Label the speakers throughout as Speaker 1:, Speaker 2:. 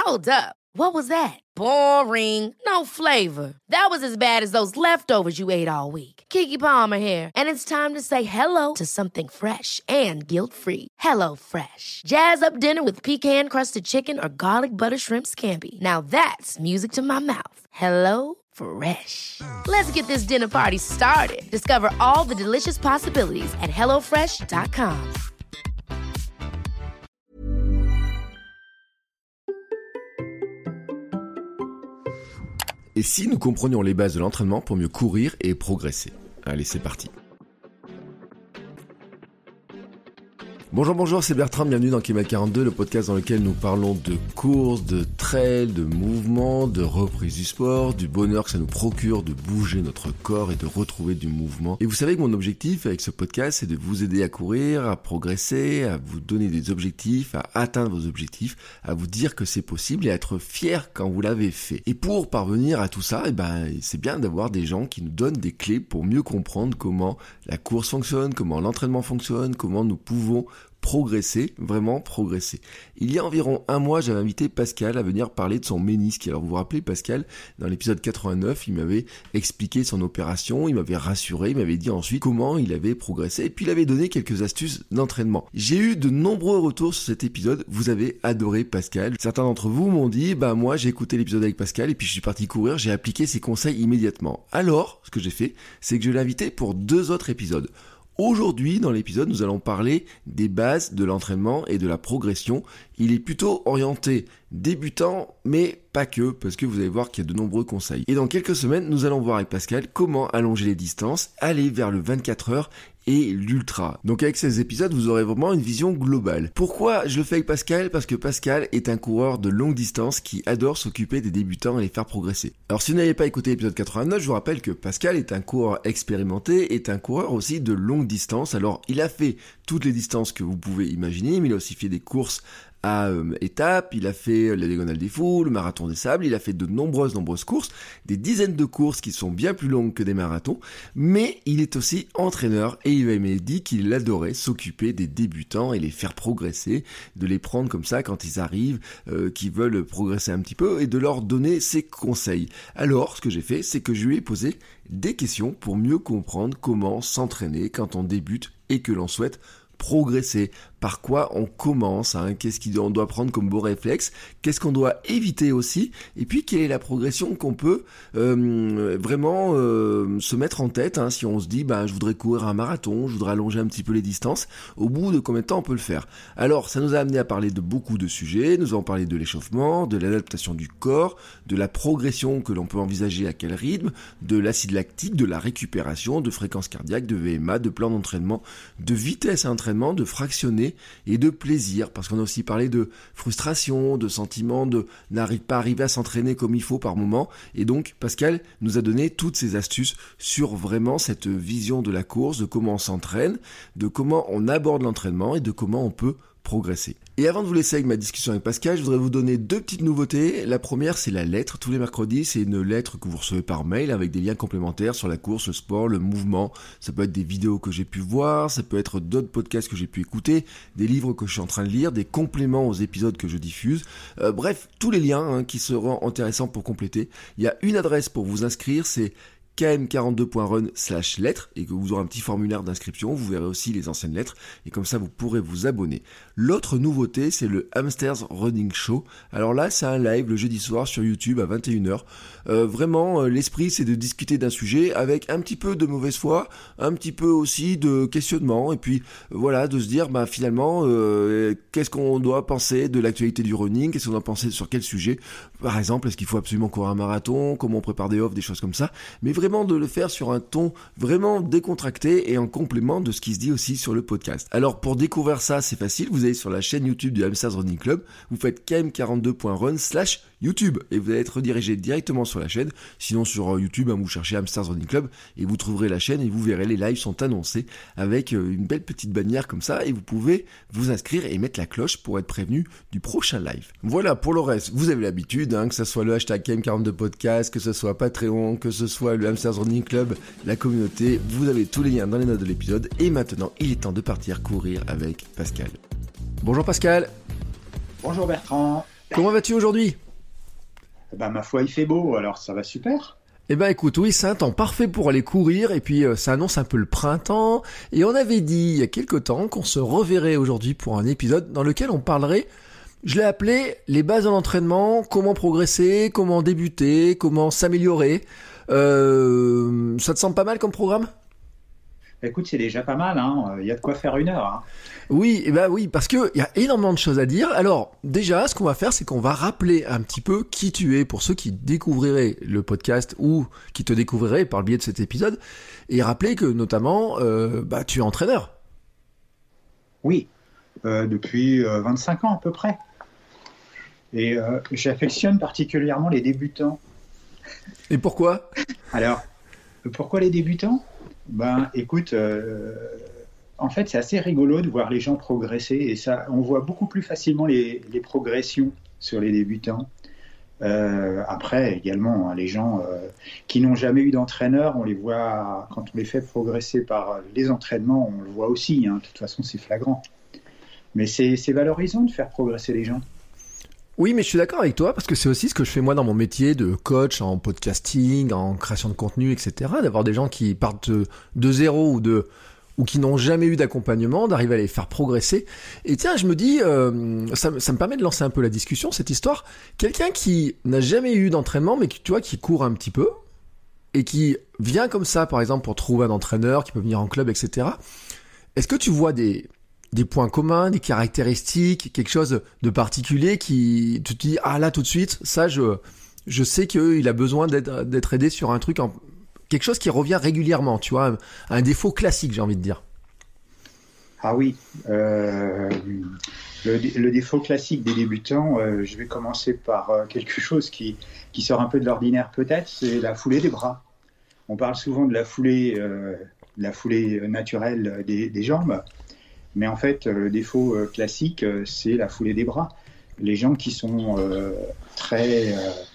Speaker 1: Hold up. What was that? Boring. No flavor. That was as bad as those leftovers you ate all week. Keke Palmer here. And it's time to say hello to something fresh and guilt-free. Hello Fresh. Jazz up dinner with pecan-crusted chicken or garlic butter shrimp scampi. Now that's music to my mouth. Hello Fresh. Let's get this dinner party started. Discover all the delicious possibilities at hellofresh.com.
Speaker 2: Et si nous comprenions les bases de l'entraînement pour mieux courir et progresser ? Allez, c'est parti. Bonjour, c'est Bertrand, bienvenue dans Kilomètre 42, le podcast dans lequel nous parlons de course, de trail, de mouvement, de reprise du sport, du bonheur que ça nous procure de bouger notre corps et de retrouver du mouvement. Et vous savez que mon objectif avec ce podcast, c'est de vous aider à courir, à progresser, à vous donner des objectifs, à atteindre vos objectifs, à vous dire que c'est possible et à être fier quand vous l'avez fait. Et pour parvenir à tout ça, c'est bien d'avoir des gens qui nous donnent des clés pour mieux comprendre comment la course fonctionne, comment l'entraînement fonctionne, comment nous pouvons progresser, vraiment progresser. Il y a environ un mois, j'avais invité Pascal à venir parler de son ménisque. Alors vous vous rappelez, Pascal, dans l'épisode 89, il m'avait expliqué son opération, il m'avait rassuré, il m'avait dit ensuite comment il avait progressé et puis il avait donné quelques astuces d'entraînement. J'ai eu de nombreux retours sur cet épisode, vous avez adoré Pascal. Certains d'entre vous m'ont dit, moi j'ai écouté l'épisode avec Pascal et puis je suis parti courir, j'ai appliqué ses conseils immédiatement. Alors, ce que j'ai fait, c'est que je l'ai invité pour 2 autres épisodes. Aujourd'hui, dans l'épisode, nous allons parler des bases de l'entraînement et de la progression. Il est plutôt orienté débutant, mais pas que, parce que vous allez voir qu'il y a de nombreux conseils. Et dans quelques semaines, nous allons voir avec Pascal comment allonger les distances, aller vers le 24 heures et l'ultra. Donc avec ces épisodes, vous aurez vraiment une vision globale. Pourquoi je le fais avec Pascal ? Parce que Pascal est un coureur de longue distance qui adore s'occuper des débutants et les faire progresser. Alors si vous n'avez pas écouté l'épisode 89, je vous rappelle que Pascal est un coureur expérimenté, est un coureur aussi de longue distance. Alors il a fait toutes les distances que vous pouvez imaginer, mais il a aussi fait des courses à étapes, il a fait la Diagonale des Fous, le Marathon des Sables, il a fait de nombreuses courses, des dizaines de courses qui sont bien plus longues que des marathons, mais il est aussi entraîneur et il m'a dit qu'il adorait s'occuper des débutants et les faire progresser, de les prendre comme ça quand ils arrivent, qui veulent progresser un petit peu et de leur donner ses conseils. Alors, ce que j'ai fait, c'est que je lui ai posé des questions pour mieux comprendre comment s'entraîner quand on débute et que l'on souhaite progresser, par quoi on commence, qu'est-ce qu'on doit prendre comme beau réflexe, qu'est-ce qu'on doit éviter aussi, et puis quelle est la progression qu'on peut vraiment se mettre en tête, si on se dit je voudrais courir un marathon, je voudrais allonger un petit peu les distances, au bout de combien de temps on peut le faire. Alors ça nous a amené à parler de beaucoup de sujets, nous avons parlé de l'échauffement, de l'adaptation du corps, de la progression que l'on peut envisager à quel rythme, de l'acide lactique, de la récupération, de fréquence cardiaque, de VMA, de plan d'entraînement, de vitesse à entraînement, de fractionner et de plaisir, parce qu'on a aussi parlé de frustration, de sentiment de n'arrive pas à arriver à s'entraîner comme il faut par moment, et donc Pascal nous a donné toutes ces astuces sur vraiment cette vision de la course, de comment on s'entraîne, de comment on aborde l'entraînement et de comment on peut progresser. Et avant de vous laisser avec ma discussion avec Pascal, je voudrais vous donner 2 petites nouveautés. La première, c'est la lettre. Tous les mercredis, c'est une lettre que vous recevez par mail avec des liens complémentaires sur la course, le sport, le mouvement. Ça peut être des vidéos que j'ai pu voir, ça peut être d'autres podcasts que j'ai pu écouter, des livres que je suis en train de lire, des compléments aux épisodes que je diffuse. Bref, tous les liens qui seront intéressants pour compléter. Il y a une adresse pour vous inscrire, c'est km42.run/lettres et que vous aurez un petit formulaire d'inscription, vous verrez aussi les anciennes lettres et comme ça vous pourrez vous abonner. L'autre nouveauté, c'est le Hamsters Running Show. Alors là, c'est un live le jeudi soir sur YouTube à 21h. Vraiment, l'esprit, c'est de discuter d'un sujet avec un petit peu de mauvaise foi, un petit peu aussi de questionnement et puis voilà, de se dire finalement, qu'est-ce qu'on doit penser de l'actualité du running, qu'est-ce qu'on doit penser sur quel sujet. Par exemple, est-ce qu'il faut absolument courir un marathon, comment on prépare des offs, des choses comme ça. Mais vraiment de le faire sur un ton vraiment décontracté et en complément de ce qui se dit aussi sur le podcast. Alors pour découvrir ça, c'est facile, vous allez sur la chaîne YouTube du Hamsters Running Club, vous faites km42.run/YouTube et vous allez être redirigé directement sur la chaîne. Sinon sur YouTube, vous cherchez Hamsters Running Club et vous trouverez la chaîne et vous verrez les lives sont annoncés avec une belle petite bannière comme ça et vous pouvez vous inscrire et mettre la cloche pour être prévenu du prochain live. Voilà, pour le reste, vous avez l'habitude, que ce soit le hashtag KM42podcast, que ce soit Patreon, que ce soit le Hamsters Running Club, la communauté, vous avez tous les liens dans les notes de l'épisode et maintenant il est temps de partir courir avec Pascal. Bonjour Pascal.
Speaker 3: Bonjour Bertrand.
Speaker 2: Comment vas-tu aujourd'hui?
Speaker 3: Ma foi, il fait beau, alors ça va super.
Speaker 2: Eh ben écoute, oui, c'est un temps parfait pour aller courir et puis ça annonce un peu le printemps. Et on avait dit il y a quelque temps qu'on se reverrait aujourd'hui pour un épisode dans lequel on parlerait, je l'ai appelé les bases de l'entraînement, comment progresser, comment débuter, comment s'améliorer. Ça te semble pas mal comme programme?
Speaker 3: Écoute, c'est déjà pas mal, hein. Il y a de quoi faire 1 heure. Hein.
Speaker 2: Oui, et oui, parce que il y a énormément de choses à dire. Alors, déjà, ce qu'on va faire, c'est qu'on va rappeler un petit peu qui tu es pour ceux qui découvriraient le podcast ou qui te découvriraient par le biais de cet épisode, et rappeler que notamment, tu es entraîneur.
Speaker 3: Oui, depuis 25 ans à peu près. Et j'affectionne particulièrement les débutants.
Speaker 2: Et pourquoi?
Speaker 3: Alors, pourquoi les débutants? Écoute, en fait, c'est assez rigolo de voir les gens progresser et ça, on voit beaucoup plus facilement les progressions sur les débutants. Après, également, les gens qui n'ont jamais eu d'entraîneur, on les voit, quand on les fait progresser par les entraînements, on le voit aussi, hein. De toute façon, c'est flagrant. Mais c'est valorisant de faire progresser les gens.
Speaker 2: Oui, mais je suis d'accord avec toi, parce que c'est aussi ce que je fais moi dans mon métier de coach, en podcasting, en création de contenu, etc. D'avoir des gens qui partent de zéro ou qui n'ont jamais eu d'accompagnement, d'arriver à les faire progresser. Et tiens, je me dis, ça me permet de lancer un peu la discussion, cette histoire. Quelqu'un qui n'a jamais eu d'entraînement, mais qui, tu vois, qui court un petit peu, et qui vient comme ça, par exemple, pour trouver un entraîneur, qui peut venir en club, etc. Est-ce que tu vois des points communs, des caractéristiques, quelque chose de particulier qui tu te dis ah là tout de suite ça je sais qu'il a besoin d'être aidé sur un truc, quelque chose qui revient régulièrement, tu vois, un défaut classique, j'ai envie de dire.
Speaker 3: Ah oui, le défaut classique des débutants, je vais commencer par quelque chose qui sort un peu de l'ordinaire peut-être, c'est la foulée des bras. On parle souvent de la foulée naturelle des jambes. Mais en fait, le défaut classique, c'est la foulée des bras. Les gens qui sont très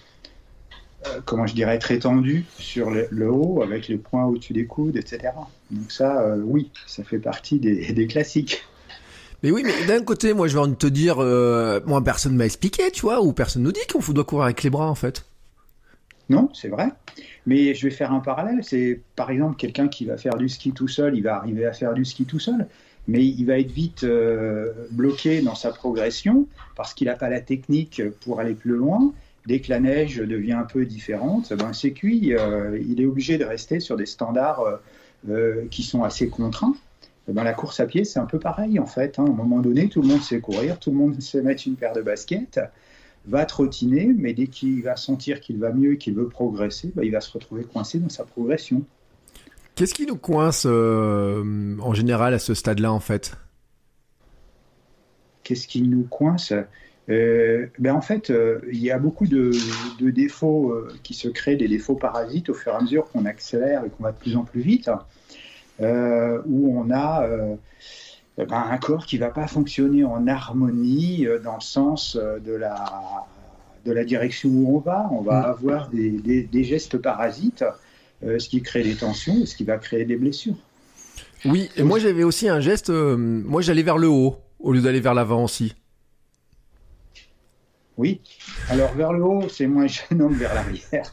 Speaker 3: tendus sur le haut, avec les poings au-dessus des coudes, etc. Donc ça, oui, ça fait partie des classiques.
Speaker 2: Mais oui, mais d'un côté, moi, je vais envie de te dire, moi, personne ne m'a expliqué, tu vois, ou personne nous dit qu'on doit courir avec les bras, en fait.
Speaker 3: Non, c'est vrai. Mais je vais faire un parallèle. C'est, par exemple, quelqu'un qui va faire du ski tout seul, il va arriver à faire du ski tout seul. Mais il va être vite bloqué dans sa progression parce qu'il n'a pas la technique pour aller plus loin. Dès que la neige devient un peu différente, c'est cuit. Il est obligé de rester sur des standards qui sont assez contraints. La course à pied, c'est un peu pareil en fait. À un moment donné, tout le monde sait courir, tout le monde sait mettre une paire de baskets, va trottiner, mais dès qu'il va sentir qu'il va mieux et qu'il veut progresser, il va se retrouver coincé dans sa progression.
Speaker 2: Qu'est-ce qui nous coince en général à ce stade-là, en fait?
Speaker 3: Qu'est-ce qui nous coince? En fait, il y a beaucoup de défauts qui se créent, des défauts parasites au fur et à mesure qu'on accélère et qu'on va de plus en plus vite, où on a un corps qui ne va pas fonctionner en harmonie dans le sens de la direction où on va. On va avoir des gestes parasites. Ce qui crée des tensions, ce qui va créer des blessures.
Speaker 2: Oui, et moi j'avais aussi un geste, moi j'allais vers le haut, au lieu d'aller vers l'avant aussi.
Speaker 3: Oui, alors vers le haut, c'est moins gênant que vers l'arrière.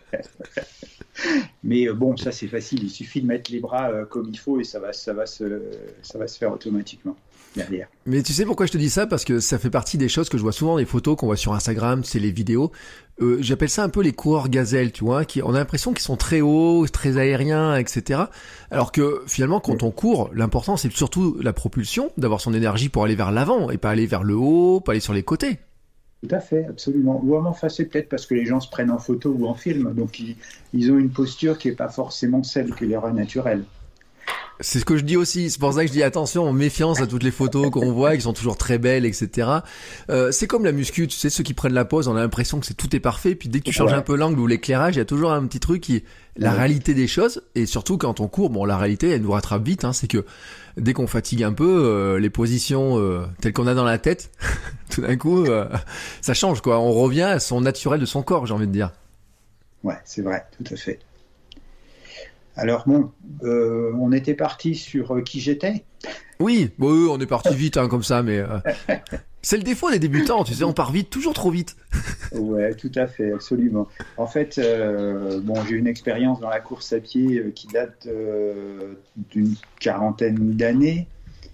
Speaker 3: Mais bon, ça c'est facile, il suffit de mettre les bras comme il faut et ça va se faire automatiquement derrière.
Speaker 2: Mais tu sais pourquoi je te dis ça? Parce que ça fait partie des choses que je vois souvent, les photos qu'on voit sur Instagram, c'est les vidéos. J'appelle ça un peu les coureurs gazelles, tu vois, on a l'impression qu'ils sont très hauts, très aériens, etc. Alors que finalement, quand on court, l'important c'est surtout la propulsion, d'avoir son énergie pour aller vers l'avant et pas aller vers le haut, pas aller sur les côtés.
Speaker 3: Tout à fait, absolument. Ou enfin, c'est peut-être parce que les gens se prennent en photo ou en film, donc ils ont une posture qui n'est pas forcément celle que leur est naturelle.
Speaker 2: C'est ce que je dis aussi, c'est pour ça que je dis attention, méfiance à toutes les photos qu'on voit, qui sont toujours très belles, etc. C'est comme la muscu, tu sais, ceux qui prennent la pose, on a l'impression que tout est parfait, puis dès que tu changes un peu l'angle ou l'éclairage, il y a toujours un petit truc qui... La réalité des choses, et surtout quand on court, bon, la réalité, elle nous rattrape vite, c'est que dès qu'on fatigue un peu, les positions telles qu'on a dans la tête, tout d'un coup, ça change, quoi. On revient à son naturel de son corps, j'ai envie de dire.
Speaker 3: Ouais, c'est vrai, tout à fait. Alors bon, on était parti sur qui j'étais.
Speaker 2: Oui, on est parti vite comme ça, mais C'est le défaut des débutants, tu sais, on part vite, toujours trop vite.
Speaker 3: Ouais, tout à fait, absolument. En fait, j'ai une expérience dans la course à pied qui date d'une quarantaine d'années,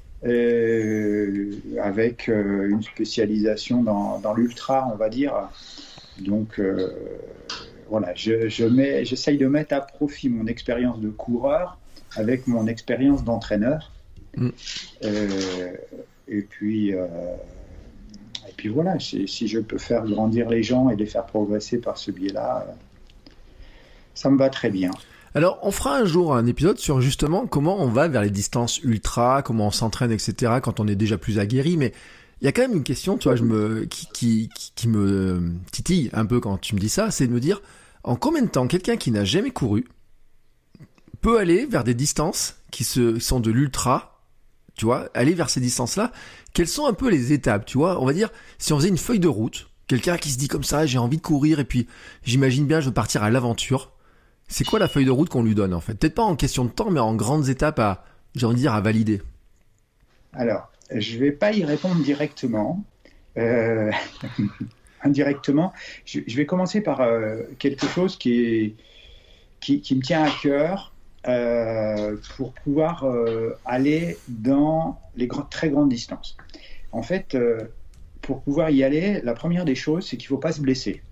Speaker 3: avec une spécialisation dans l'ultra, on va dire. Donc, voilà, j'essaye de mettre à profit mon expérience de coureur avec mon expérience d'entraîneur. Et puis voilà, si je peux faire grandir les gens et les faire progresser par ce biais-là, ça me va très bien.
Speaker 2: Alors, on fera un jour un épisode sur justement comment on va vers les distances ultra, comment on s'entraîne, etc. quand on est déjà plus aguerri. Mais il y a quand même une question, tu vois, qui me titille un peu quand tu me dis ça, c'est de me dire en combien de temps quelqu'un qui n'a jamais couru peut aller vers des distances qui sont de l'ultra, tu vois, aller vers ces distances-là. Quelles sont un peu les étapes, tu vois? On va dire, si on faisait une feuille de route, quelqu'un qui se dit comme ça, j'ai envie de courir et puis j'imagine bien je veux partir à l'aventure. C'est quoi la feuille de route qu'on lui donne en fait? Peut-être pas en question de temps, mais en grandes étapes à valider.
Speaker 3: Alors, je vais pas y répondre directement. Indirectement, je vais commencer par quelque chose qui me tient à cœur pour pouvoir aller dans les très grandes distances. En fait, pour pouvoir y aller, la première des choses, c'est qu'il ne faut pas se blesser.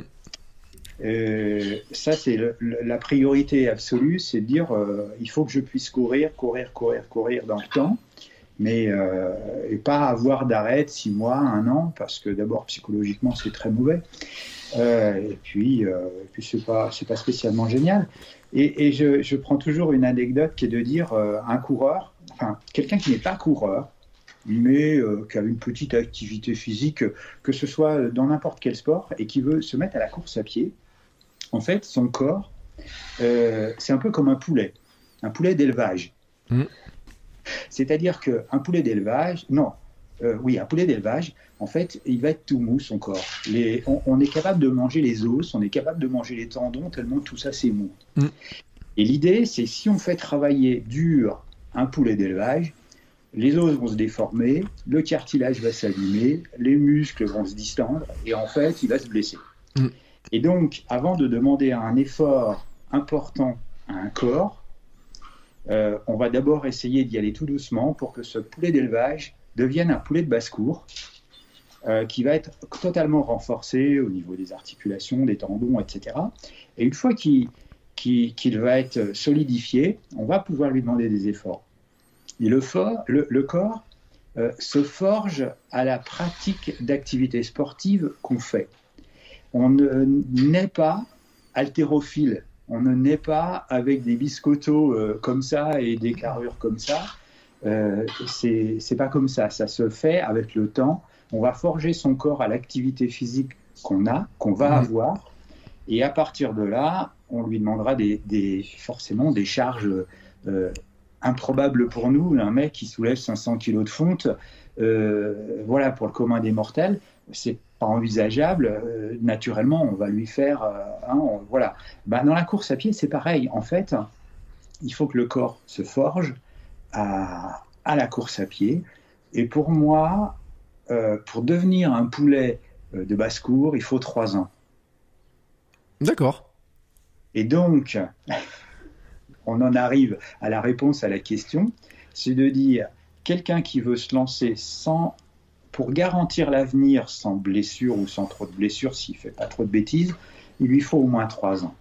Speaker 3: Ça, c'est la priorité absolue, c'est de dire il faut que je puisse courir dans le temps, mais et pas avoir d'arrêt de 6 mois, 1 an, parce que d'abord psychologiquement c'est très mauvais, et puis c'est pas spécialement génial. Et je prends toujours une anecdote qui est de dire un coureur, enfin quelqu'un qui n'est pas coureur, mais qui a une petite activité physique, que ce soit dans n'importe quel sport, et qui veut se mettre à la course à pied, en fait son corps, c'est un peu comme un poulet d'élevage. C'est-à-dire qu'un poulet d'élevage, un poulet d'élevage, en fait, il va être tout mou, son corps. On est capable de manger les os, on est capable de manger les tendons, tellement tout ça, c'est mou. Et l'idée, c'est si on fait travailler dur un poulet d'élevage, les os vont se déformer, le cartilage va s'abîmer, les muscles vont se distendre, et en fait, il va se blesser. Et donc, avant de demander un effort important à un corps, on va d'abord essayer d'y aller tout doucement pour que ce poulet d'élevage devienne un poulet de basse-cour qui va être totalement renforcé au niveau des articulations, des tendons, etc. Et une fois qu'il va être solidifié, on va pouvoir lui demander des efforts. Et le corps se forge à la pratique d'activités sportives qu'on fait. On ne naît pas haltérophile. On ne naît pas avec des biscottos comme ça et des carrures comme ça. C'est pas comme ça. Ça se fait avec le temps. On va forger son corps à l'activité physique qu'on va avoir. Et à partir de là, on lui demandera forcément des charges improbables pour nous. Un mec qui soulève 500 kg de fonte, voilà, pour le commun des mortels, c'est pas envisageable. Naturellement, on va lui faire voilà. Dans la course à pied, c'est pareil. En fait, il faut que le corps se forge à la course à pied. Et pour moi, pour devenir un poulet de basse-cour, il faut 3 ans.
Speaker 2: D'accord.
Speaker 3: Et donc, on en arrive à la réponse à la question, c'est de dire, quelqu'un qui veut se lancer pour garantir l'avenir sans blessure ou sans trop de blessures, s'il ne fait pas trop de bêtises, il lui faut au moins 3 ans.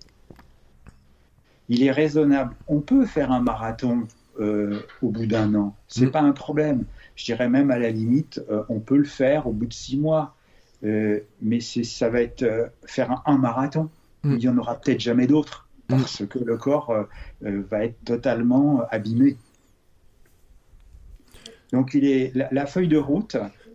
Speaker 3: Il est raisonnable. On peut faire un marathon au bout d'1 an. Ce n'est pas un problème. Je dirais même à la limite, on peut le faire au bout de 6 mois. Mais ça va être faire un marathon. Il n'y en aura peut-être jamais d'autres parce que le corps va être totalement abîmé. Donc la feuille de route,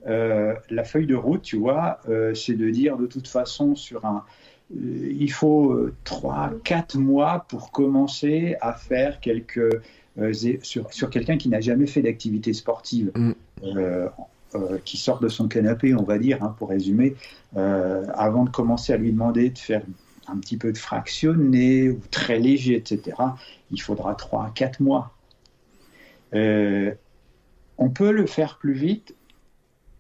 Speaker 3: tu vois, c'est de dire de toute façon il faut 3-4 mois pour commencer à faire sur quelqu'un qui n'a jamais fait d'activité sportive, qui sort de son canapé, on va dire, pour résumer, avant de commencer à lui demander de faire un petit peu de fractionné ou très léger, etc. Il faudra 3-4 mois. On peut le faire plus vite,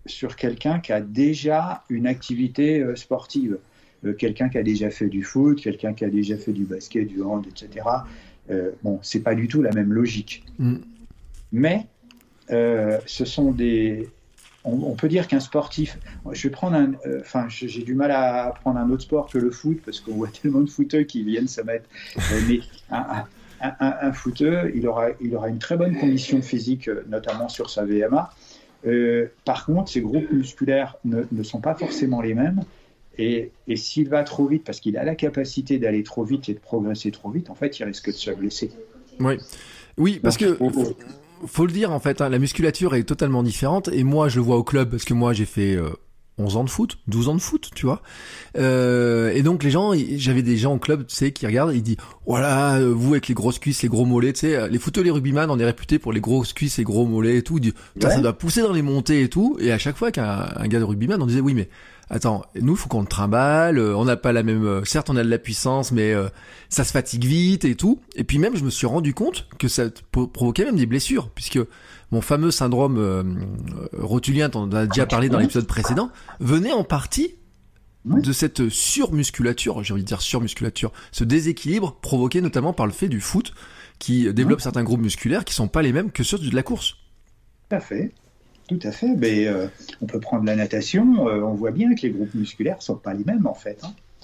Speaker 3: sur quelqu'un qui a déjà une activité sportive. Quelqu'un qui a déjà fait du foot, quelqu'un qui a déjà fait du basket, du hand, etc. Bon, c'est pas du tout la même logique. Mais ce sont des... On peut dire qu'un sportif... Je vais prendre j'ai du mal à prendre un autre sport que le foot, parce qu'on voit tellement de footeux qui viennent se mettre... mais un footeux, il aura une très bonne condition physique, notamment sur sa VMA. Par contre, ses groupes musculaires ne sont pas forcément les mêmes. Et s'il va trop vite, parce qu'il a la capacité d'aller trop vite et de progresser trop vite, en fait, il risque de se blesser.
Speaker 2: Oui, parce que faut le dire, en fait, hein, la musculature est totalement différente. Et moi, je le vois au club, parce que moi, j'ai fait 11 ans de foot, 12 ans de foot, tu vois. Et donc, j'avais des gens au club, tu sais, qui regardent, et ils disent, voilà, vous avec les grosses cuisses, les gros mollets, tu sais, les footeux, les rugbyman, on est réputés pour les grosses cuisses, les gros mollets et tout. Ils disent, ça doit pousser dans les montées et tout. Et à chaque fois qu'un gars de rugbyman, on disait, oui, mais attends, nous, faut qu'on le trimballe, on n'a pas la même, certes, on a de la puissance, mais ça se fatigue vite et tout. Et puis même, je me suis rendu compte que ça provoquait même des blessures, puisque mon fameux syndrome rotulien, dont on a déjà parlé dans l'épisode précédent, venait en partie de cette surmusculature, j'ai envie de dire surmusculature, ce déséquilibre provoqué notamment par le fait du foot, qui développe certains groupes musculaires qui sont pas les mêmes que ceux de la course.
Speaker 3: Tout à fait. Mais on peut prendre la natation, on voit bien que les groupes musculaires sont pas les mêmes en fait.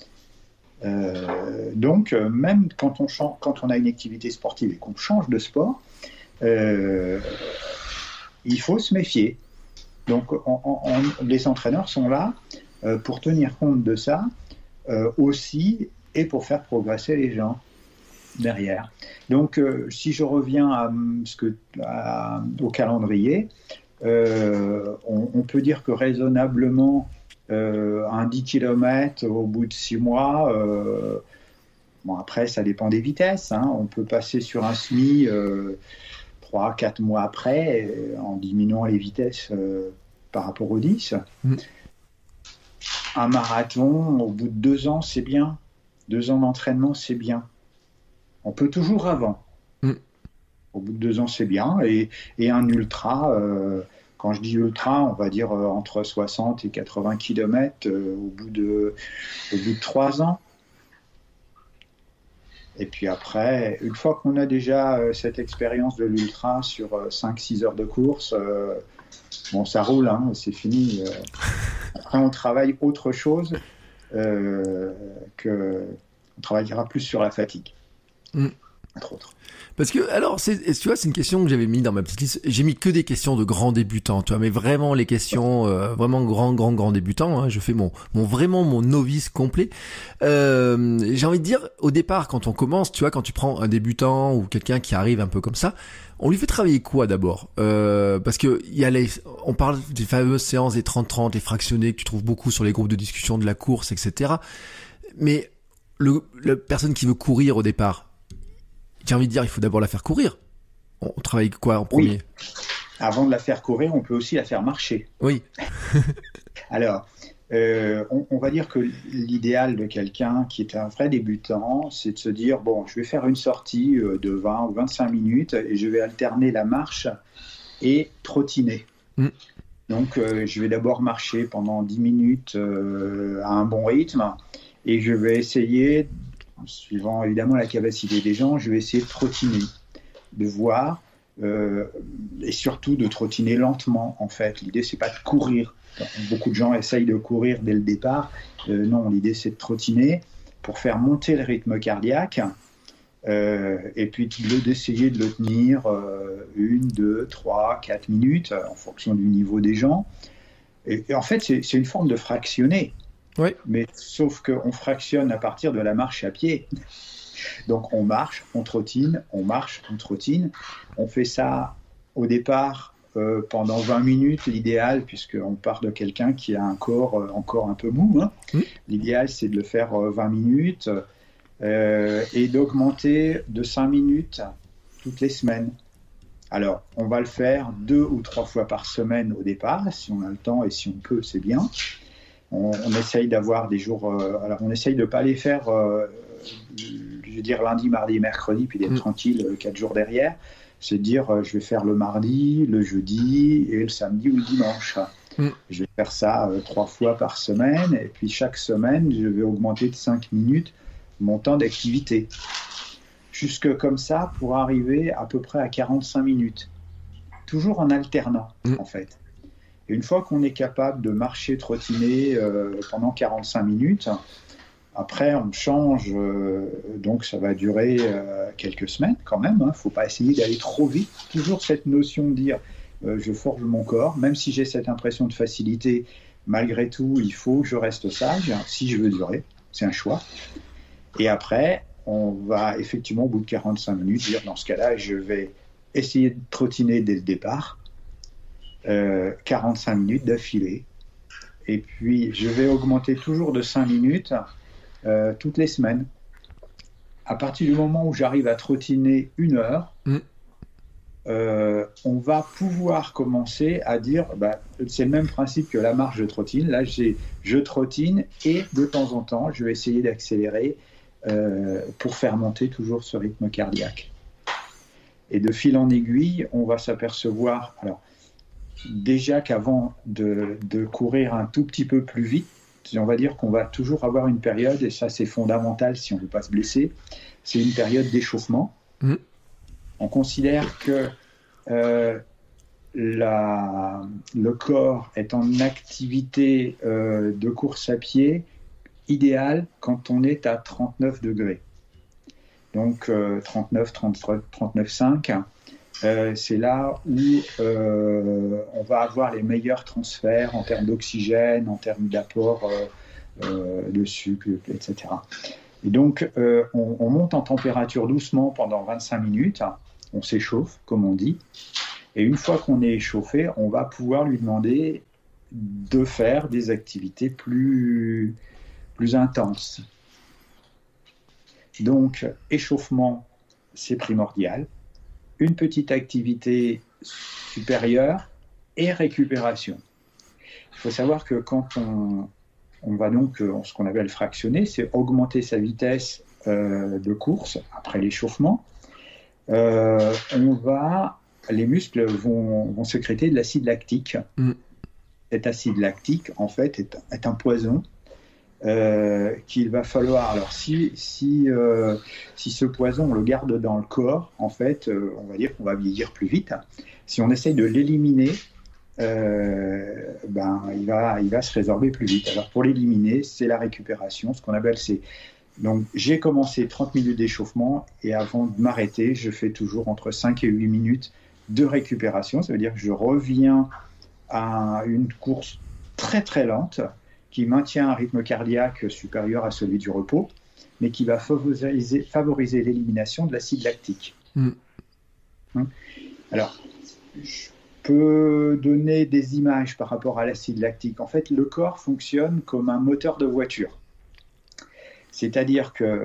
Speaker 3: Donc même quand on a une activité sportive et qu'on change de sport, il faut se méfier. Donc les entraîneurs sont là pour tenir compte de ça aussi et pour faire progresser les gens derrière. Donc si je reviens au calendrier, on peut dire que raisonnablement un 10 km au bout de 6 mois, bon après ça dépend des vitesses, hein, on peut passer sur un semi 3-4 mois après en diminuant les vitesses par rapport aux 10. Un marathon au bout de 2 ans c'est bien, 2 ans d'entraînement c'est bien, on peut toujours avant. Au bout de 2 ans, c'est bien. Et un ultra, quand je dis ultra, on va dire entre 60 et 80 km au bout de 3 ans. Et puis après, une fois qu'on a déjà cette expérience de l'ultra sur 5-6 heures de course, bon, ça roule, hein, c'est fini. Après, on travaille autre chose on travaillera plus sur la fatigue. Entre autres.
Speaker 2: Parce que, alors, tu vois, c'est une question que j'avais mis dans ma petite liste. J'ai mis que des questions de grands débutants, tu vois, mais vraiment les questions, vraiment grands débutants, hein. Je fais mon novice complet. J'ai envie de dire, au départ, quand on commence, tu vois, quand tu prends un débutant ou quelqu'un qui arrive un peu comme ça, on lui fait travailler quoi d'abord? Parce que on parle des fameuses séances des 30-30, les fractionnés que tu trouves beaucoup sur les groupes de discussion de la course, etc. Mais la personne qui veut courir au départ, j'ai envie de dire, il faut d'abord la faire courir. On travaille quoi en premier?
Speaker 3: Avant de la faire courir, on peut aussi la faire marcher.
Speaker 2: Oui.
Speaker 3: Alors, on va dire que l'idéal de quelqu'un qui est un vrai débutant, c'est de se dire, bon, je vais faire une sortie de 20 ou 25 minutes et je vais alterner la marche et trottiner. Donc, je vais d'abord marcher pendant 10 minutes à un bon rythme et je vais essayer, suivant évidemment la capacité des gens, je vais essayer de trottiner, de voir et surtout de trottiner lentement en fait. L'idée c'est pas de courir. Beaucoup de gens essayent de courir dès le départ. Non, l'idée c'est de trottiner pour faire monter le rythme cardiaque et puis d'essayer de le tenir 1, 2, 3, 4 minutes en fonction du niveau des gens. Et en fait c'est une forme de fractionner.
Speaker 2: Oui.
Speaker 3: Mais sauf qu'on fractionne à partir de la marche à pied. Donc on marche, on trottine, on marche, on trottine. On fait ça au départ pendant 20 minutes, l'idéal, puisqu'on part de quelqu'un qui a un corps encore un peu mou. Hein. L'idéal, c'est de le faire 20 minutes et d'augmenter de 5 minutes toutes les semaines. Alors, on va le faire 2 ou 3 fois par semaine au départ, si on a le temps et si on peut, c'est bien. On essaye d'avoir des jours... alors, on essaye de ne pas les faire, je veux dire, lundi, mardi et mercredi, puis d'être tranquille 4 jours derrière. C'est de dire, je vais faire le mardi, le jeudi et le samedi ou le dimanche. Je vais faire ça 3 fois par semaine, et puis chaque semaine, je vais augmenter de 5 minutes mon temps d'activité. Jusque comme ça, pour arriver à peu près à 45 minutes. Toujours en alternant, en fait. Et une fois qu'on est capable de marcher, trottiner pendant 45 minutes, après on change, donc ça va durer quelques semaines quand même. Il ne faut pas essayer d'aller trop vite. Toujours cette notion de dire je forge mon corps, même si j'ai cette impression de facilité, malgré tout, il faut que je reste sage si je veux durer. C'est un choix. Et après, on va effectivement, au bout de 45 minutes, dire dans ce cas-là, je vais essayer de trottiner dès le départ. 45 minutes d'affilée, et puis je vais augmenter toujours de 5 minutes toutes les semaines. À partir du moment où j'arrive à trottiner 1 heure, on va pouvoir commencer à dire, c'est le même principe que la marche, je trottine. Là, je trottine, et de temps en temps, je vais essayer d'accélérer pour faire monter toujours ce rythme cardiaque. Et de fil en aiguille, on va s'apercevoir, alors déjà qu'avant de courir un tout petit peu plus vite, on va dire qu'on va toujours avoir une période, et ça c'est fondamental si on ne veut pas se blesser, c'est une période d'échauffement. On considère que le corps est en activité de course à pied idéale quand on est à 39 degrés. Donc 39, 39,5. C'est là où on va avoir les meilleurs transferts en termes d'oxygène, en termes d'apport de sucre, etc. Et donc, on monte en température doucement pendant 25 minutes, on s'échauffe, comme on dit, et une fois qu'on est échauffé, on va pouvoir lui demander de faire des activités plus intenses. Donc, échauffement, c'est primordial. Une petite activité supérieure et récupération. Il faut savoir que quand on va donc, ce qu'on appelle fractionner, c'est augmenter sa vitesse de course après l'échauffement. Les muscles vont sécréter de l'acide lactique. Cet acide lactique, en fait, est un poison qu'il va falloir. Alors, si ce poison, on le garde dans le corps, en fait, on va dire qu'on va vieillir plus vite. Si on essaye de l'éliminer, il va se résorber plus vite. Alors, pour l'éliminer, c'est la récupération. Ce qu'on appelle, donc, j'ai commencé 30 minutes d'échauffement, et avant de m'arrêter, je fais toujours entre 5 et 8 minutes de récupération. Ça veut dire que je reviens à une course très très lente, qui maintient un rythme cardiaque supérieur à celui du repos, mais qui va favoriser l'élimination de l'acide lactique. Alors, je peux donner des images par rapport à l'acide lactique. En fait, le corps fonctionne comme un moteur de voiture. C'est-à-dire que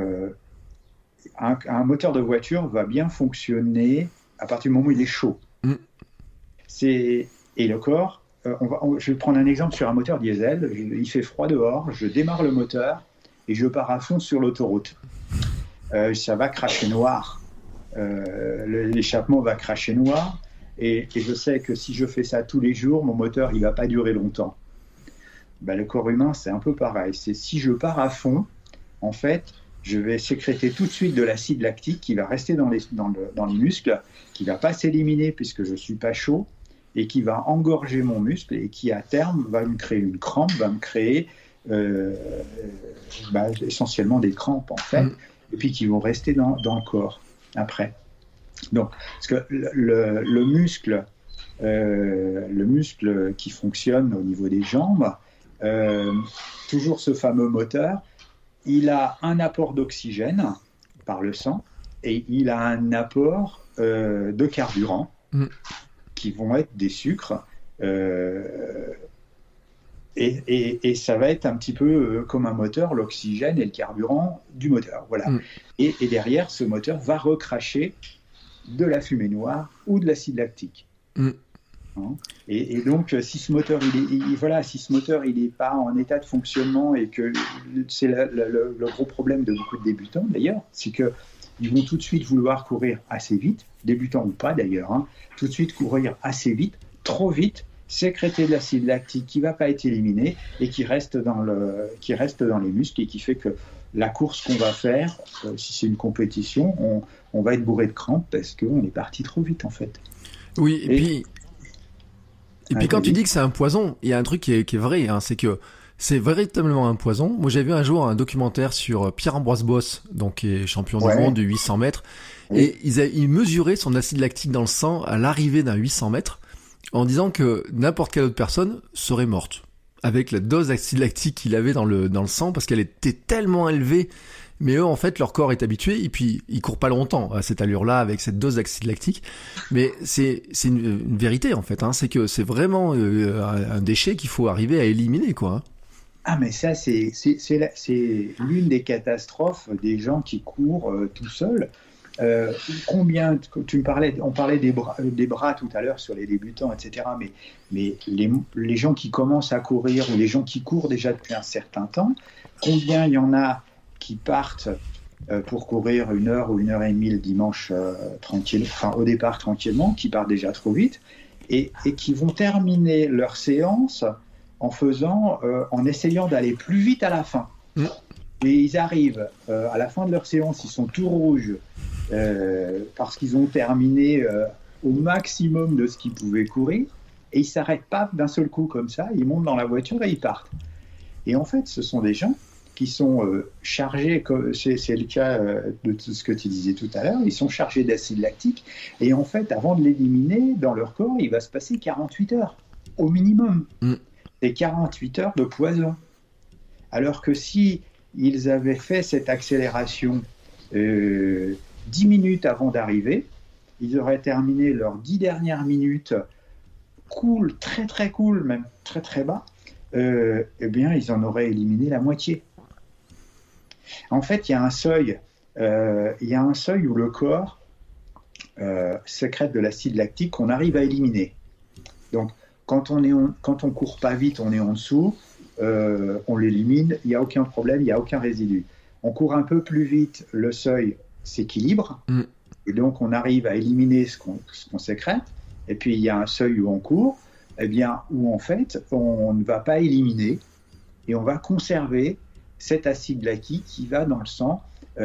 Speaker 3: un moteur de voiture va bien fonctionner à partir du moment où il est chaud. Et le corps, je vais prendre un exemple sur un moteur diesel. Il fait froid dehors, je démarre le moteur et je pars à fond sur l'autoroute. Ça va cracher noir. L'échappement va cracher noir, et je sais que si je fais ça tous les jours, mon moteur il va pas durer longtemps. Le corps humain, c'est un peu pareil. C'est si je pars à fond, en fait, je vais sécréter tout de suite de l'acide lactique qui va rester dans les muscles, qui va pas s'éliminer puisque je suis pas chaud, et qui va engorger mon muscle, et qui à terme va me créer une crampe, va me créer essentiellement des crampes en fait, et puis qui vont rester dans le corps après. Donc, parce que le muscle qui fonctionne au niveau des jambes, toujours ce fameux moteur, il a un apport d'oxygène par le sang, et il a un apport de carburant qui vont être des sucres, et ça va être un petit peu comme un moteur, l'oxygène et le carburant du moteur. Voilà. Et derrière, ce moteur va recracher de la fumée noire ou de l'acide lactique. Et donc, si ce moteur il n'est pas en état de fonctionnement, et que c'est le gros problème de beaucoup de débutants d'ailleurs, c'est que ils vont tout de suite vouloir courir assez vite, débutants ou pas d'ailleurs, tout de suite courir assez vite, trop vite, sécréter de l'acide lactique qui ne va pas être éliminé et qui reste dans les muscles et qui fait que la course qu'on va faire, si c'est une compétition, on va être bourré de crampes parce qu'on est parti trop vite en fait.
Speaker 2: Oui, et puis quand tu dis que c'est un poison, il y a un truc qui est vrai, hein, c'est que c'est véritablement un poison. Moi, j'ai vu un jour un documentaire sur Pierre-Ambroise Bosse, donc qui est champion du monde du 800 mètres, et il mesurait son acide lactique dans le sang à l'arrivée d'un 800 mètres en disant que n'importe quelle autre personne serait morte avec la dose d'acide lactique qu'il avait dans le sang parce qu'elle était tellement élevée. Mais eux, en fait, leur corps est habitué et puis ils courent pas longtemps à cette allure-là avec cette dose d'acide lactique. Mais c'est une vérité en fait, hein. C'est que c'est vraiment un déchet qu'il faut arriver à éliminer, quoi.
Speaker 3: Ah mais ça c'est l'une des catastrophes des gens qui courent tout seuls. On parlait des bras tout à l'heure sur les débutants, etc. Mais les gens qui commencent à courir ou les gens qui courent déjà depuis un certain temps, combien il y en a qui partent pour courir 1 heure ou 1 heure et demie le dimanche au départ tranquillement, qui partent déjà trop vite et qui vont terminer leur séance en essayant d'aller plus vite à la fin. Et ils arrivent à la fin de leur séance, ils sont tout rouges parce qu'ils ont terminé au maximum de ce qu'ils pouvaient courir et ils s'arrêtent pas d'un seul coup comme ça, ils montent dans la voiture et ils partent. Et en fait, ce sont des gens qui sont chargés, c'est le cas de tout ce que tu disais tout à l'heure, ils sont chargés d'acide lactique et en fait, avant de l'éliminer dans leur corps, il va se passer 48 heures au minimum. C'est 48 heures de poison. Alors que si ils avaient fait cette accélération 10 minutes avant d'arriver, ils auraient terminé leurs 10 dernières minutes cool, très très cool, même très très bas, eh bien ils en auraient éliminé la moitié. En fait, il y a un seuil où le corps sécrète de l'acide lactique qu'on arrive à éliminer. Donc, quand on court pas vite, on est en dessous, on l'élimine, il n'y a aucun problème, il n'y a aucun résidu. On court un peu plus vite, le seuil s'équilibre, et donc on arrive à éliminer ce qu'on sécrète, et puis il y a un seuil où on court, où en fait, on ne va pas éliminer, et on va conserver cet acide lactique qui va dans le sang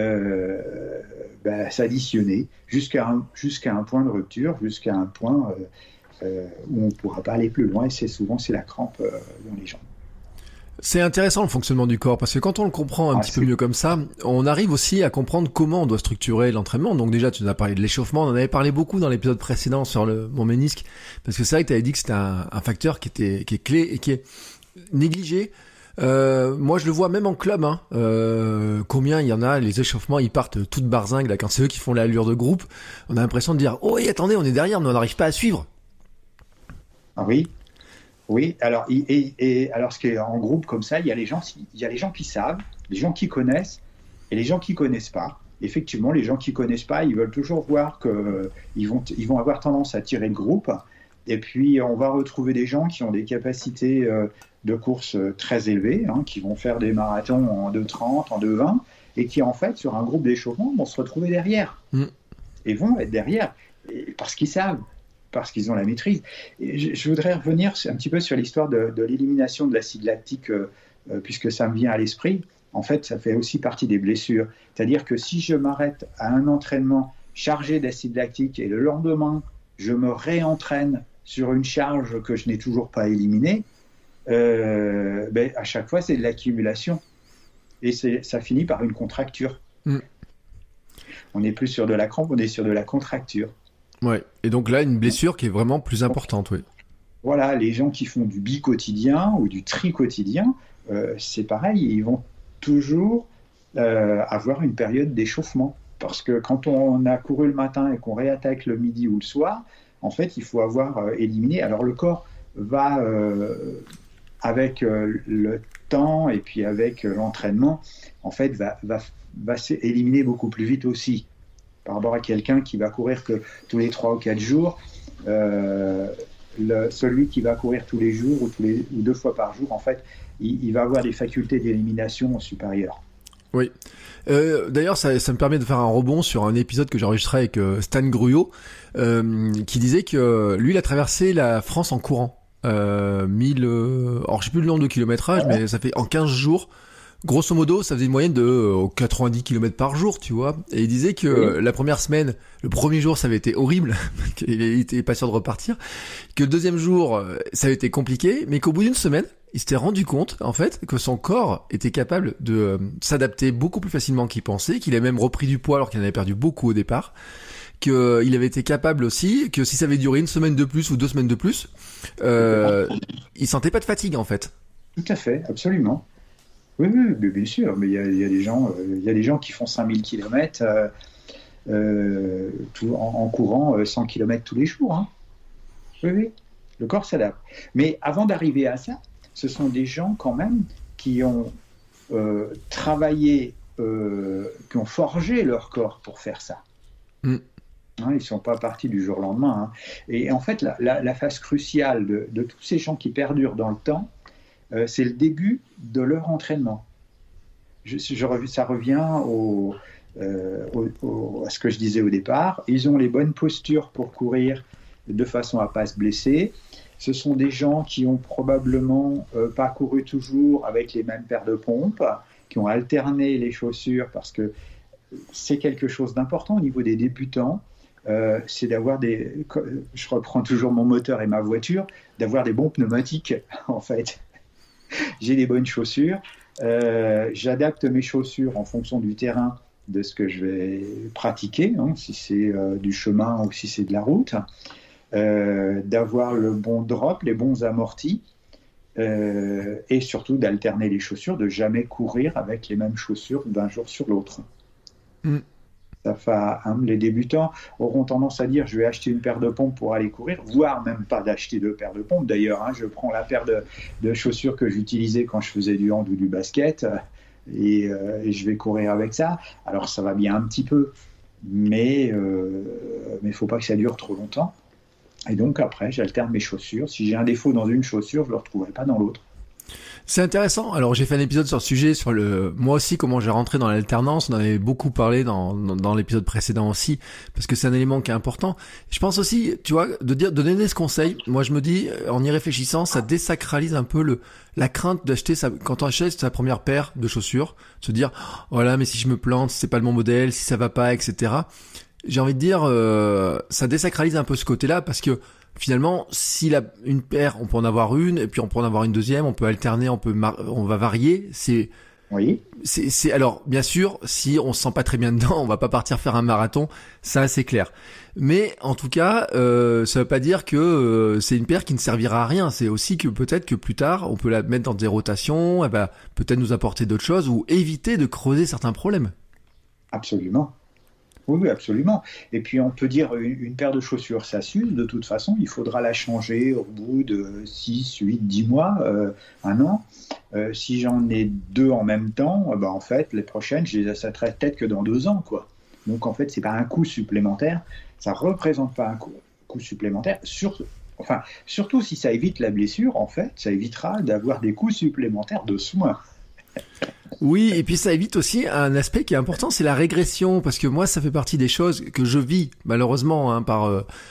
Speaker 3: s'additionner jusqu'à un point de rupture, jusqu'à un point où on ne pourra pas aller plus loin, et c'est la crampe dans les jambes.
Speaker 2: C'est intéressant le fonctionnement du corps, parce que quand on le comprend un petit peu mieux comme ça, on arrive aussi à comprendre comment on doit structurer l'entraînement. Donc déjà, tu nous as parlé de l'échauffement, on en avait parlé beaucoup dans l'épisode précédent sur mon ménisque, parce que c'est vrai que tu avais dit que c'était un facteur qui est clé et qui est négligé. Moi je le vois même en club, hein. Combien il y en a, les échauffements ils partent toutes barzingues là, quand c'est eux qui font l'allure de groupe, on a l'impression de dire oh oui attendez on est derrière mais on n'arrive pas à suivre.
Speaker 3: Ah oui, alors alors ce qui est en groupe comme ça, il y a les gens qui savent, les gens qui connaissent et les gens qui connaissent pas. Effectivement, les gens qui connaissent pas, ils veulent toujours voir que ils vont avoir tendance à tirer le groupe. Et puis, on va retrouver des gens qui ont des capacités de course très élevées, hein, qui vont faire des marathons en 2,30, en 2,20, et qui, en fait, sur un groupe d'échauffement, vont se retrouver derrière. Et vont être derrière, parce qu'ils savent, parce qu'ils ont la maîtrise. Et je voudrais revenir un petit peu sur l'histoire de l'élimination de l'acide lactique, puisque ça me vient à l'esprit. En fait, ça fait aussi partie des blessures. C'est-à-dire que si je m'arrête à un entraînement chargé d'acide lactique, et le lendemain, je me réentraîne sur une charge que je n'ai toujours pas éliminée, à chaque fois, c'est de l'accumulation. Et ça finit par une contracture. On n'est plus sur de la crampe, on est sur de la contracture.
Speaker 2: Ouais. Et donc là, une blessure qui est vraiment plus importante, oui.
Speaker 3: Voilà, les gens qui font du bi-quotidien ou du tri-quotidien, c'est pareil, ils vont toujours avoir une période d'échauffement. Parce que quand on a couru le matin et qu'on réattaque le midi ou le soir, en fait, il faut avoir éliminé. Alors le corps va, avec le temps et puis avec l'entraînement, en fait, va éliminer beaucoup plus vite aussi. Par rapport à quelqu'un qui va courir que tous les 3 ou 4 jours, celui qui va courir tous les jours ou 2 fois par jour, en fait, il va avoir des facultés d'élimination supérieures.
Speaker 2: Oui. D'ailleurs, ça me permet de faire un rebond sur un épisode que j'ai enregistré avec Stan Gruyot, qui disait que lui, il a traversé la France en courant. alors je sais plus le nombre de kilométrage, mais ça fait en 15 jours, grosso modo, ça faisait une moyenne de 90 km par jour, tu vois. Et il disait que la première semaine, le premier jour, ça avait été horrible, qu'il était pas sûr de repartir, que le deuxième jour, ça avait été compliqué, mais qu'au bout d'une semaine, il s'était rendu compte, en fait, que son corps était capable de s'adapter beaucoup plus facilement qu'il pensait, qu'il avait même repris du poids alors qu'il en avait perdu beaucoup au départ, qu'il avait été capable aussi, que si ça avait duré une semaine de plus ou 2 semaines de plus, il sentait pas de fatigue, en fait.
Speaker 3: Tout à fait, absolument. Oui, oui, mais bien sûr, mais il y a des gens qui font 5000 km en courant 100 km tous les jours. Hein. Oui, oui, le corps s'adapte. Mais avant d'arriver à ça, ce sont des gens quand même qui ont travaillé, qui ont forgé leur corps pour faire ça. Hein, ils ne sont pas partis du jour au lendemain. Hein. Et en fait, la phase cruciale de tous ces gens qui perdurent dans le temps, c'est le début de leur entraînement. Ça revient à ce que je disais au départ. Ils ont les bonnes postures pour courir de façon à ne pas se blesser. Ce sont des gens qui ont probablement pas couru toujours avec les mêmes paires de pompes, qui ont alterné les chaussures, parce que c'est quelque chose d'important au niveau des débutants. C'est d'avoir je reprends toujours mon moteur et ma voiture, d'avoir des bons pneumatiques, en fait. J'ai des bonnes chaussures, j'adapte mes chaussures en fonction du terrain, de ce que je vais pratiquer, hein, si c'est du chemin ou si c'est de la route, d'avoir le bon drop, les bons amortis, et surtout d'alterner les chaussures, de jamais courir avec les mêmes chaussures d'un jour sur l'autre. Les débutants auront tendance à dire je vais acheter une paire de pompes pour aller courir, voire même pas d'acheter 2 paires de pompes. D'ailleurs, hein, je prends la paire de chaussures que j'utilisais quand je faisais du hand ou du basket et je vais courir avec ça. Alors ça va bien un petit peu, mais il faut pas que ça dure trop longtemps. Et donc après, j'alterne mes chaussures. Si j'ai un défaut dans une chaussure, je le retrouverai pas dans l'autre.
Speaker 2: C'est intéressant. Alors j'ai fait un épisode sur le sujet, moi aussi comment j'ai rentré dans l'alternance. On en avait beaucoup parlé dans l'épisode précédent aussi, parce que c'est un élément qui est important. Je pense aussi, tu vois, de donner ce conseil. Moi je me dis, en y réfléchissant, ça désacralise un peu la crainte d'acheter quand on achète sa première paire de chaussures, se dire, voilà, mais si je me plante, si c'est pas le bon modèle, si ça va pas, etc. J'ai envie de dire, ça désacralise un peu ce côté-là, parce que finalement, une paire, on peut en avoir une, et puis on peut en avoir une deuxième, on peut alterner, on va varier.
Speaker 3: Oui.
Speaker 2: Alors, bien sûr, si on se sent pas très bien dedans, on va pas partir faire un marathon, ça c'est clair. Mais en tout cas, ça veut pas dire que c'est une paire qui ne servira à rien. C'est aussi que peut-être que plus tard, on peut la mettre dans des rotations, elle va peut-être nous apporter d'autres choses ou éviter de creuser certains problèmes.
Speaker 3: Absolument. Oui, absolument. Et puis on peut dire une paire de chaussures, ça s'use. De toute façon, il faudra la changer au bout de 6, 8, 10 mois, 1 an. Si j'en ai 2 en même temps, en fait, les prochaines, je les achèterai peut-être que dans 2 ans, quoi. Donc en fait, c'est pas un coût supplémentaire. Ça représente pas un coût supplémentaire. Surtout si ça évite la blessure, en fait, ça évitera d'avoir des coûts supplémentaires de soins.
Speaker 2: Oui, et puis ça évite aussi un aspect qui est important, c'est la régression, parce que moi, ça fait partie des choses que je vis, malheureusement, hein, par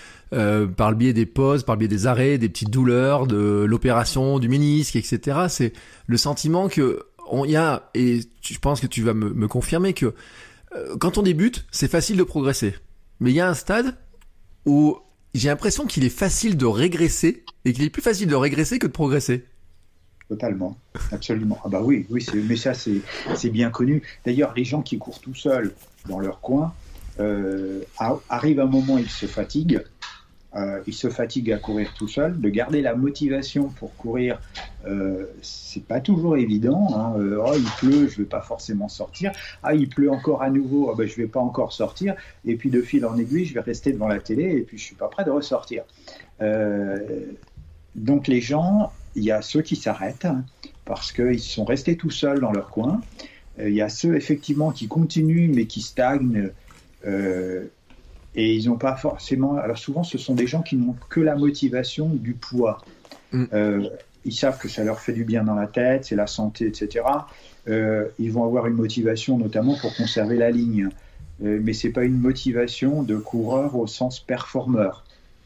Speaker 2: le biais des pauses, par le biais des arrêts, des petites douleurs, de l'opération, du ménisque, etc. C'est le sentiment que y a, et je pense que tu vas me confirmer que quand on débute, c'est facile de progresser. Mais il y a un stade où j'ai l'impression qu'il est facile de régresser, et qu'il est plus facile de régresser que de progresser.
Speaker 3: Totalement, absolument. Ah bah oui, mais ça c'est bien connu. D'ailleurs, les gens qui courent tout seuls dans leur coin, arrive un moment, ils se fatiguent à courir tout seuls. De garder la motivation pour courir, c'est pas toujours évident. Hein. Il pleut, je vais pas forcément sortir. Il pleut encore à nouveau, je vais pas encore sortir. Et puis de fil en aiguille, je vais rester devant la télé et puis je suis pas prêt de ressortir. Donc les gens, il y a ceux qui s'arrêtent parce qu'ils sont restés tout seuls dans leur coin. Il y a ceux effectivement qui continuent mais qui stagnent et ils n'ont pas forcément... Alors souvent ce sont des gens qui n'ont que la motivation du poids. Ils savent que ça leur fait du bien dans la tête, c'est la santé, etc. Ils vont avoir une motivation notamment pour conserver la ligne. Mais ce n'est pas une motivation de coureur au sens performeur.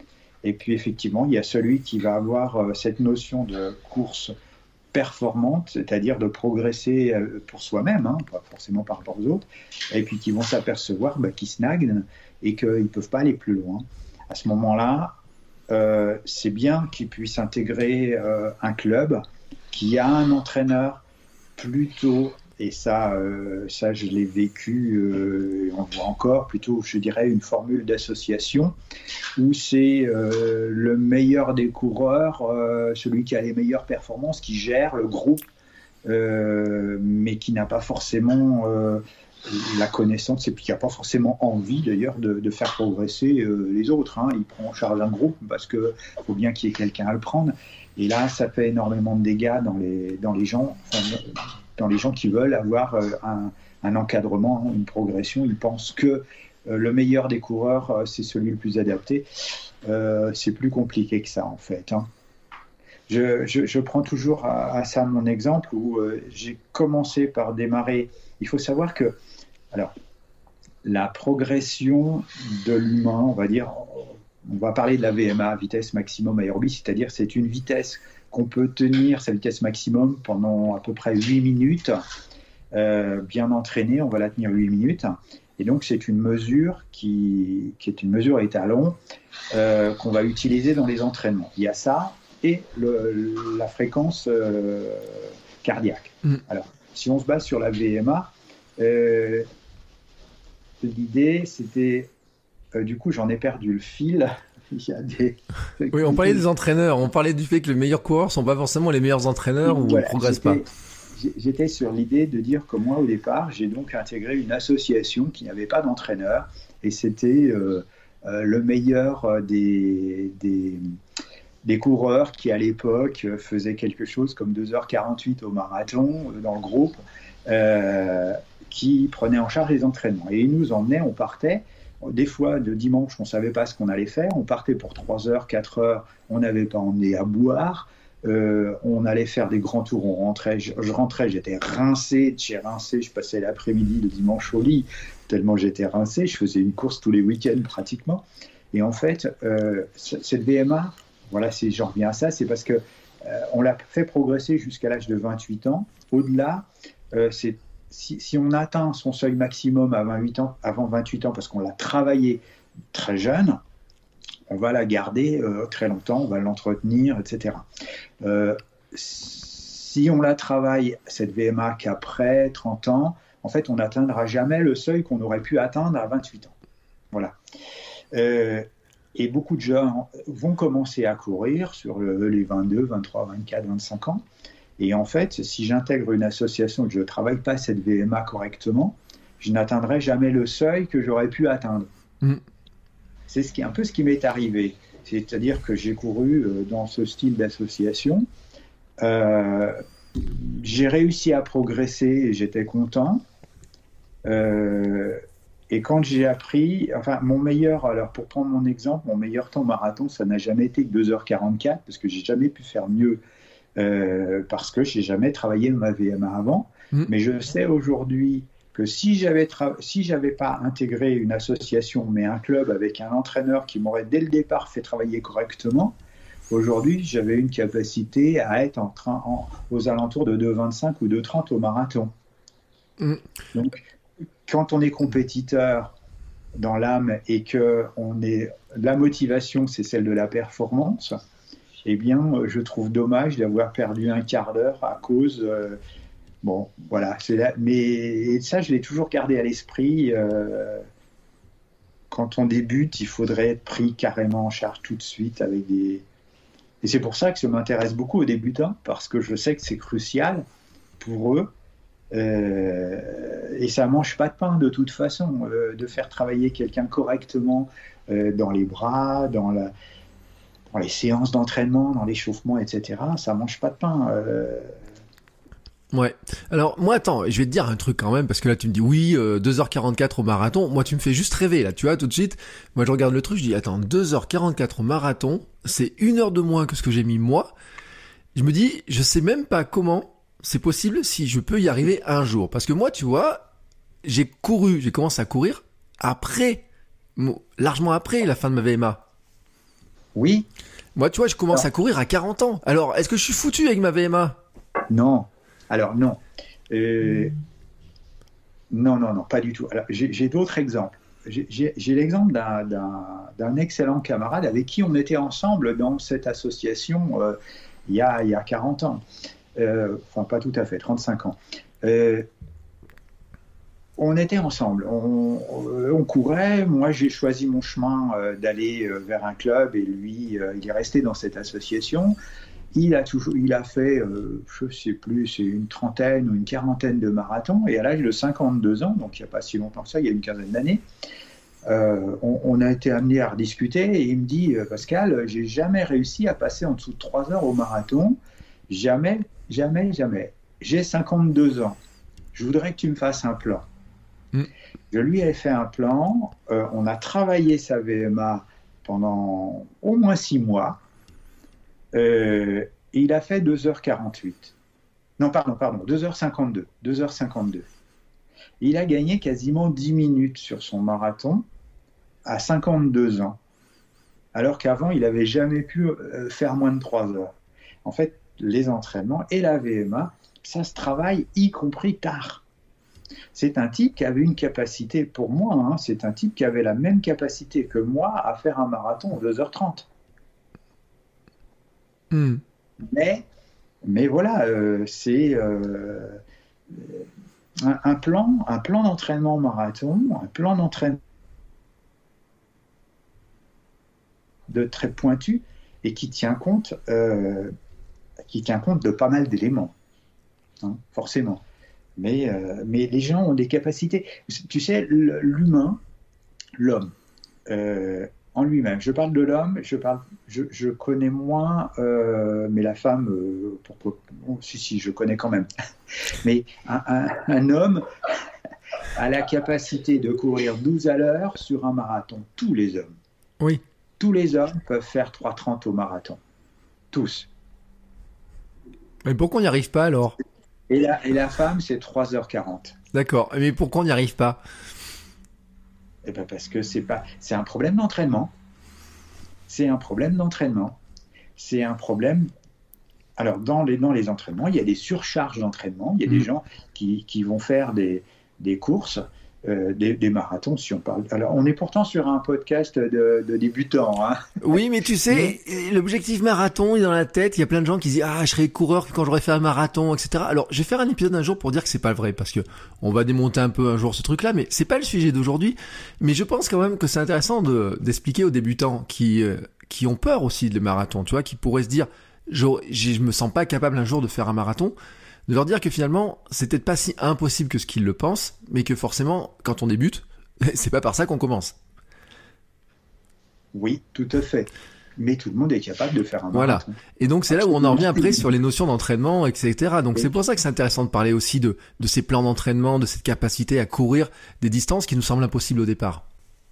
Speaker 3: Et puis effectivement, il y a celui qui va avoir cette notion de course performante, c'est-à-dire de progresser pour soi-même, hein, pas forcément par rapport aux autres, et puis qui vont s'apercevoir qu'ils snagnent et qu'ils ne peuvent pas aller plus loin. À ce moment-là, c'est bien qu'ils puissent intégrer un club qui a un entraîneur plutôt, et ça je l'ai vécu, on le voit encore, plutôt je dirais une formule d'association où c'est le meilleur des coureurs, celui qui a les meilleures performances, qui gère le groupe, mais qui n'a pas forcément la connaissance et puis qui n'a pas forcément envie d'ailleurs de faire progresser les autres. Hein. Il prend en charge un groupe parce qu'il faut bien qu'il y ait quelqu'un à le prendre. Et là, ça fait énormément de dégâts dans les gens qui veulent avoir un encadrement, une progression. Ils pensent que le meilleur des coureurs, c'est celui le plus adapté. C'est plus compliqué que ça, en fait. Hein. Je prends toujours à ça mon exemple où j'ai commencé par démarrer. Il faut savoir que, alors, la progression de l'humain, on va dire, on va parler de la VMA, vitesse maximum aérobie, c'est-à-dire c'est une vitesse qu'on peut tenir, sa vitesse maximum, pendant à peu près 8 minutes. Bien entraînée, on va la tenir 8 minutes. Et donc, c'est une mesure qui est une mesure étalon qu'on va utiliser dans les entraînements. Il y a ça et la fréquence cardiaque. Alors, si on se base sur la VMA, l'idée, c'était... du coup, j'en ai perdu le fil. Il y a
Speaker 2: Oui, on parlait des entraîneurs. On parlait du fait que les meilleurs coureurs ne sont pas forcément les meilleurs entraîneurs ou ne progressent pas.
Speaker 3: J'étais sur l'idée de dire que moi, au départ, j'ai donc intégré une association qui n'avait pas d'entraîneur. Et c'était le meilleur des coureurs qui, à l'époque, faisaient quelque chose comme 2h48 au marathon dans le groupe, qui prenaient en charge les entraînements. Et ils nous emmenaient, on partait. Des fois, de dimanche, on ne savait pas ce qu'on allait faire. On partait pour 3 heures, 4 heures. On n'avait pas emmené à boire. On allait faire des grands tours. On rentrait. Je rentrais, j'étais rincé. Je passais l'après-midi, le dimanche au lit, tellement j'étais rincé. Je faisais une course tous les week-ends pratiquement. Et en fait, cette VMA, voilà, j'en reviens à ça, c'est parce qu'on l'a fait progresser jusqu'à l'âge de 28 ans. Au-delà, si on atteint son seuil maximum avant 28 ans, parce qu'on l'a travaillé très jeune, on va la garder très longtemps, on va l'entretenir, etc. Si on la travaille, cette VMA, qu'après 30 ans, en fait, on n'atteindra jamais le seuil qu'on aurait pu atteindre à 28 ans. Voilà. Et beaucoup de gens vont commencer à courir sur les 22, 23, 24, 25 ans. Et en fait, si j'intègre une association et que je ne travaille pas cette VMA correctement, je n'atteindrai jamais le seuil que j'aurais pu atteindre. C'est un peu ce qui m'est arrivé. C'est-à-dire que j'ai couru dans ce style d'association. J'ai réussi à progresser et j'étais content. Et quand j'ai appris... alors pour prendre mon exemple, mon meilleur temps marathon, ça n'a jamais été que 2h44, parce que je n'ai jamais pu faire mieux. Parce que je n'ai jamais travaillé ma VMA avant. Mais je sais aujourd'hui que si j'avais pas intégré une association, mais un club avec un entraîneur qui m'aurait dès le départ fait travailler correctement, aujourd'hui, j'avais une capacité à être aux alentours de 2,25 ou 2,30 au marathon. Donc, quand on est compétiteur dans l'âme et que la motivation, c'est celle de la performance, eh bien, je trouve dommage d'avoir perdu un quart d'heure à cause... bon, voilà. Mais ça, je l'ai toujours gardé à l'esprit. Quand on débute, il faudrait être pris carrément en charge tout de suite avec des... Et c'est pour ça que ça m'intéresse beaucoup aux débutants, parce que je sais que c'est crucial pour eux. Et ça ne mange pas de pain, de toute façon, de faire travailler quelqu'un correctement dans les bras, dans les séances d'entraînement, dans l'échauffement, etc. Ça mange pas de pain.
Speaker 2: Ouais. Alors, moi, attends, je vais te dire un truc quand même, parce que là, tu me dis, oui, 2h44 au marathon. Moi, tu me fais juste rêver, là, tu vois, tout de suite. Moi, je regarde le truc, je dis, attends, 2h44 au marathon, c'est 1 heure de moins que ce que j'ai mis moi. Je me dis, je sais même pas comment c'est possible si je peux y arriver un jour. Parce que moi, tu vois, j'ai commencé à courir après, largement après la fin de ma VMA.
Speaker 3: Oui.
Speaker 2: Moi, tu vois, je commence à courir à 40 ans. Alors, est-ce que je suis foutu avec ma VMA?
Speaker 3: Non. Alors, non. Non, pas du tout. Alors, j'ai d'autres exemples. J'ai l'exemple d'un excellent camarade avec qui on était ensemble dans cette association il y a 40 ans. Enfin, pas tout à fait, 35 ans. On était ensemble, on courait. Moi, j'ai choisi mon chemin d'aller vers un club et lui, il est resté dans cette association. Il a fait, je ne sais plus, c'est une trentaine ou une quarantaine de marathons. Et à l'âge de 52 ans, donc il n'y a pas si longtemps que ça, il y a une quinzaine d'années, on a été amené à rediscuter et il me dit Pascal, j'ai jamais réussi à passer en dessous de 3 heures au marathon. Jamais. J'ai 52 ans. Je voudrais que tu me fasses un plan. Je lui ai fait un plan. On a travaillé sa VMA pendant au moins 6 mois. Et il a fait 2h48. Non, pardon, 2h52. 2h52. Il a gagné quasiment 10 minutes sur son marathon à 52 ans, alors qu'avant, il n'avait jamais pu faire moins de 3 heures. En fait, les entraînements et la VMA, ça se travaille, y compris tard. C'est un type qui avait une capacité, pour moi, c'est un type qui avait la même capacité que moi à faire un marathon en 2h30. Mais voilà, c'est un plan d'entraînement marathon, un plan d'entraînement de très pointu et qui tient compte de pas mal d'éléments, forcément. Mais les gens ont des capacités. Tu sais, l'homme, en lui-même. Je parle de l'homme, je connais moins, mais la femme, si, je connais quand même. Mais un homme a la capacité de courir 12 à l'heure sur un marathon. Tous les hommes.
Speaker 2: Oui.
Speaker 3: Tous les hommes peuvent faire 3h30 au marathon. Tous.
Speaker 2: Mais pourquoi on n'y arrive pas alors ?
Speaker 3: Et la femme, c'est 3h40.
Speaker 2: D'accord. Mais pourquoi on n'y arrive pas ?
Speaker 3: Eh ben parce que c'est un problème d'entraînement. C'est un problème. Alors, dans les entraînements, il y a des surcharges d'entraînement. Il y a des gens qui vont faire des courses, des marathons, si on parle. Alors, on est pourtant sur un podcast de débutants. Hein.
Speaker 2: Oui, mais tu sais, l'objectif marathon est dans la tête. Il y a plein de gens qui disent « Ah, je serai coureur quand j'aurai fait un marathon, etc. » Alors, je vais faire un épisode un jour pour dire que c'est pas vrai, parce que on va démonter un peu un jour ce truc-là, mais c'est pas le sujet d'aujourd'hui. Mais je pense quand même que c'est intéressant d'expliquer aux débutants qui ont peur aussi de marathon, tu vois, qui pourraient se dire « Je me sens pas capable un jour de faire un marathon », de leur dire que finalement, c'est peut-être pas si impossible que ce qu'ils le pensent, mais que forcément, quand on débute, c'est pas par ça qu'on commence.
Speaker 3: Oui, tout à fait. Mais tout le monde est capable de faire un marathon.
Speaker 2: Voilà. Et donc, c'est là où on en revient après sur les notions d'entraînement, etc. Donc, c'est pour ça que c'est intéressant de parler aussi de ces plans d'entraînement, de cette capacité à courir des distances qui nous semblent impossibles au départ.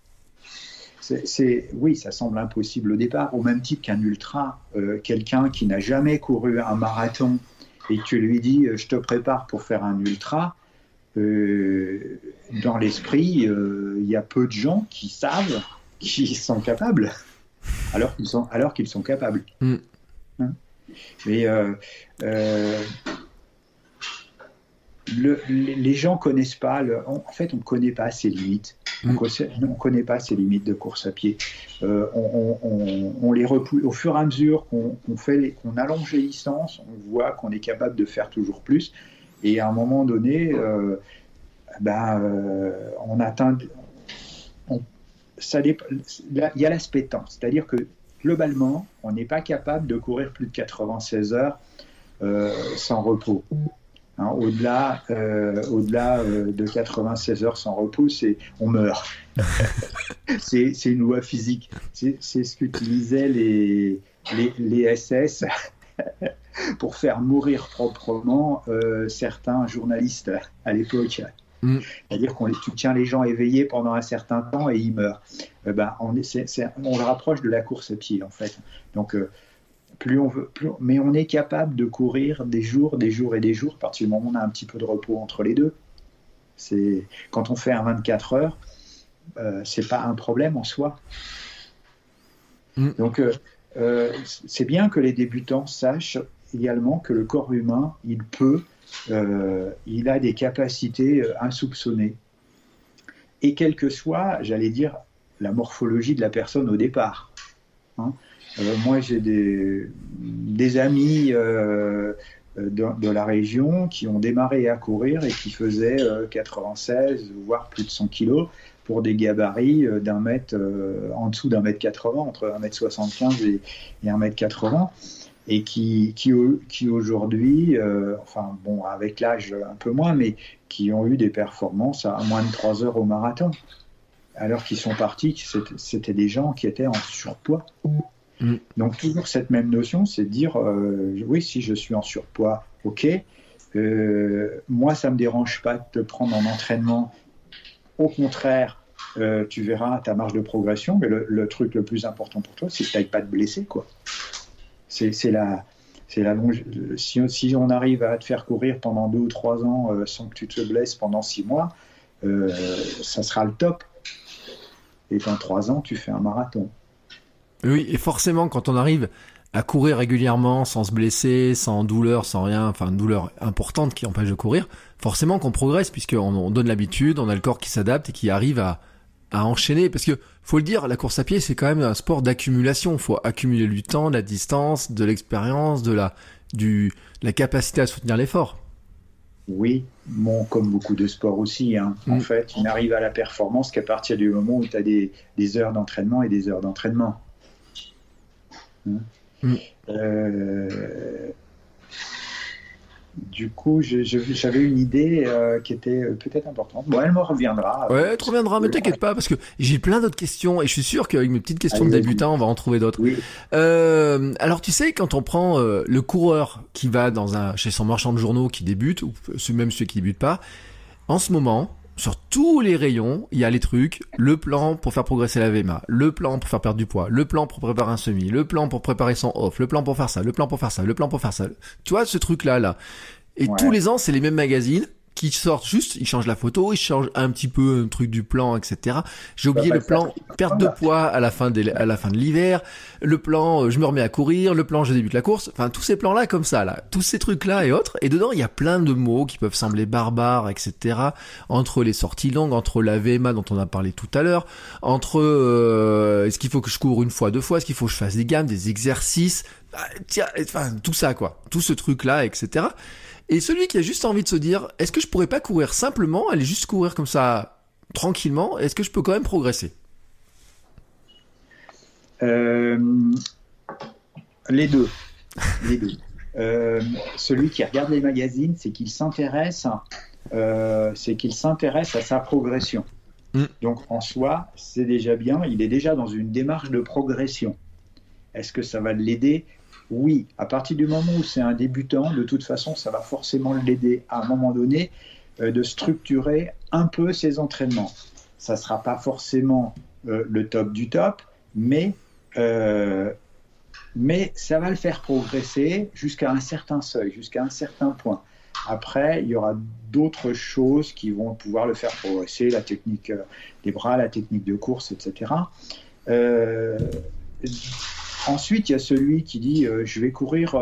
Speaker 3: Oui, ça semble impossible au départ, au même titre qu'un ultra. Quelqu'un qui n'a jamais couru un marathon et que tu lui dis « je te prépare pour faire un ultra », dans l'esprit, il y a peu de gens qui savent qu'ils sont capables, alors qu'ils sont capables. Mais les gens connaissent pas, en fait, on ne connaît pas ses limites. On ne connaît pas ses limites de course à pied. On les repousse au fur et à mesure qu'on allonge les distances, on voit qu'on est capable de faire toujours plus. Et à un moment donné, on atteint. Il y a l'aspect temps, c'est-à-dire que globalement, on n'est pas capable de courir plus de 96 heures sans repos. Hein, au-delà de 96 heures sans repos, on meurt. c'est une loi physique. C'est ce qu'utilisaient les SS pour faire mourir proprement certains journalistes à l'époque. C'est-à-dire tu tiens les gens éveillés pendant un certain temps et ils meurent. On le rapproche de la course à pied, en fait. Donc, plus on veut, mais on est capable de courir des jours et des jours, à partir du moment où on a un petit peu de repos entre les deux. Quand on fait un 24 heures, c'est pas un problème en soi. Donc c'est bien que les débutants sachent également que le corps humain, il a des capacités insoupçonnées. Et quelle que soit, j'allais dire, la morphologie de la personne au départ. Hein. Moi, j'ai des amis de la région qui ont démarré à courir et qui faisaient 96, voire plus de 100 kilos pour des gabarits en dessous d'1m80, entre 1m75 et 1m80, et qui aujourd'hui, avec l'âge un peu moins, mais qui ont eu des performances à moins de 3 heures au marathon. Alors qu'ils sont partis, c'était des gens qui étaient en surpoids. Donc toujours cette même notion, c'est de dire, oui, si je suis en surpoids, ok, moi ça ne me dérange pas de te prendre en entraînement. Au contraire, tu verras ta marge de progression, mais le truc le plus important pour toi, c'est que tu n'ailles pas te blesser, quoi. Si on arrive à te faire courir pendant 2 ou 3 ans sans que tu te blesses pendant 6 mois, ça sera le top. Et dans 3 ans, tu fais un marathon.
Speaker 2: Oui, et forcément, quand on arrive à courir régulièrement, sans se blesser, sans douleur, sans rien, enfin une douleur importante qui empêche de courir, forcément qu'on progresse, puisqu'on donne l'habitude, on a le corps qui s'adapte et qui arrive à enchaîner. Parce que, faut le dire, la course à pied, c'est quand même un sport d'accumulation. Il faut accumuler du temps, de la distance, de l'expérience, de la capacité à soutenir l'effort.
Speaker 3: Oui, comme beaucoup de sports aussi. Hein. En fait, on arrive à la performance qu'à partir du moment où tu as des heures d'entraînement et des heures d'entraînement. Du coup, j'avais une idée qui était peut-être importante. Bon, elle me reviendra.
Speaker 2: Ouais, elle te reviendra, mais t'inquiète pas, parce que j'ai plein d'autres questions, et je suis sûr qu'avec mes petites questions de débutant, on va en trouver d'autres.
Speaker 3: Oui.
Speaker 2: Alors, tu sais, quand on prend le coureur qui va chez son marchand de journaux qui débute, ou même ceux qui débutent pas, en ce moment, sur tous les rayons, il y a les trucs, le plan pour faire progresser la VMA, le plan pour faire perdre du poids, le plan pour préparer un semi, le plan pour préparer son off, le plan pour faire ça, le plan pour faire ça, le plan pour faire ça. Tu vois, ce truc-là. Et tous les ans, c'est les mêmes magazines qui sortent juste, ils changent la photo, ils changent un petit peu un truc du plan, etc. J'ai oublié le plan perte de poids à la fin de l'hiver, le plan je me remets à courir, le plan je débute la course, enfin tous ces plans-là comme ça, là, tous ces trucs-là et autres. Et dedans, il y a plein de mots qui peuvent sembler barbares, etc. Entre les sorties longues, entre la VMA dont on a parlé tout à l'heure, entre est-ce qu'il faut que je cours 1 fois, 2 fois, est-ce qu'il faut que je fasse des gammes, des exercices, tout ça quoi, tout ce truc-là, etc. Et celui qui a juste envie de se dire, est-ce que je pourrais pas courir simplement, aller juste courir comme ça, tranquillement, est-ce que je peux quand même progresser ?
Speaker 3: Les deux. Celui qui regarde les magazines, c'est qu'il s'intéresse à sa progression. Donc en soi, c'est déjà bien, il est déjà dans une démarche de progression. Est-ce que ça va l'aider ? Oui, à partir du moment où c'est un débutant, de toute façon, ça va forcément l'aider à un moment donné de structurer un peu ses entraînements. Ça ne sera pas forcément le top du top, mais ça va le faire progresser jusqu'à un certain seuil, jusqu'à un certain point. Après, il y aura d'autres choses qui vont pouvoir le faire progresser, la technique des bras, la technique de course, etc. Ensuite, il y a celui qui dit je vais courir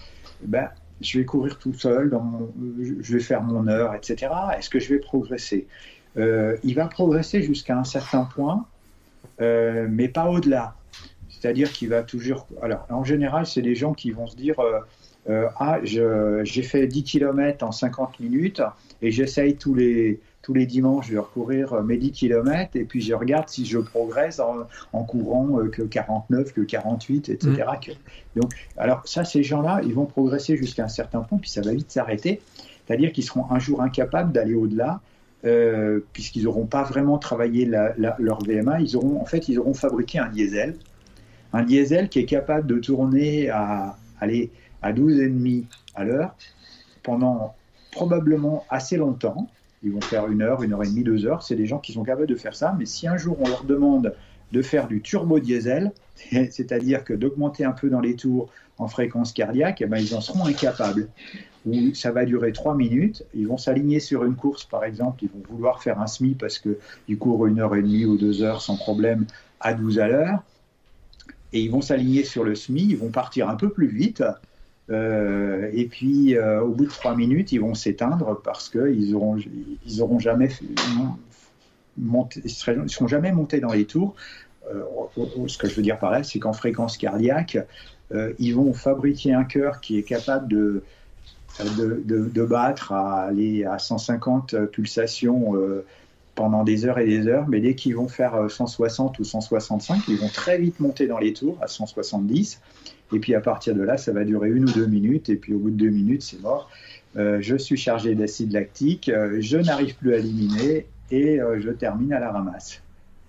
Speaker 3: tout seul, je vais faire mon heure, etc. Est-ce que je vais progresser ? Il va progresser jusqu'à un certain point, mais pas au-delà. C'est-à-dire qu'il va toujours... Alors, en général, c'est des gens qui vont se dire j'ai fait 10 km en 50 minutes et j'essaye tous les dimanches de recourir mes 10 km et puis je regarde si je progresse en courant que 49, que 48, etc. Donc, alors ça, ces gens-là, ils vont progresser jusqu'à un certain point, puis ça va vite s'arrêter. C'est-à-dire qu'ils seront un jour incapables d'aller au-delà, puisqu'ils n'auront pas vraiment travaillé leur VMA. Ils auront fabriqué un diesel qui est capable de tourner à 12,5 à l'heure pendant probablement assez longtemps. Ils vont faire 1 heure, 1 heure et demie, 2 heures. C'est des gens qui sont capables de faire ça. Mais si un jour on leur demande de faire du turbo-diesel, c'est-à-dire que d'augmenter un peu dans les tours en fréquence cardiaque, ils en seront incapables. Ou ça va durer 3 minutes. Ils vont s'aligner sur une course, par exemple. Ils vont vouloir faire un semi parce qu'ils courent 1 heure et demie ou 2 heures sans problème à 12 à l'heure. et ils vont s'aligner sur le SMI, ils vont partir un peu plus vite. Et puis, au bout de 3 minutes, ils vont s'éteindre parce qu'ils auront jamais ils seront jamais montés dans les tours. Ce que je veux dire par là, c'est qu'en fréquence cardiaque, ils vont fabriquer un cœur qui est capable de battre à 150 pulsations pendant des heures et des heures, mais dès qu'ils vont faire 160 ou 165, ils vont très vite monter dans les tours à 170, et puis à partir de là, ça va durer 1 ou 2 minutes, et puis au bout de 2 minutes, c'est mort. Je suis chargé d'acide lactique, je n'arrive plus à éliminer, et je termine à la ramasse.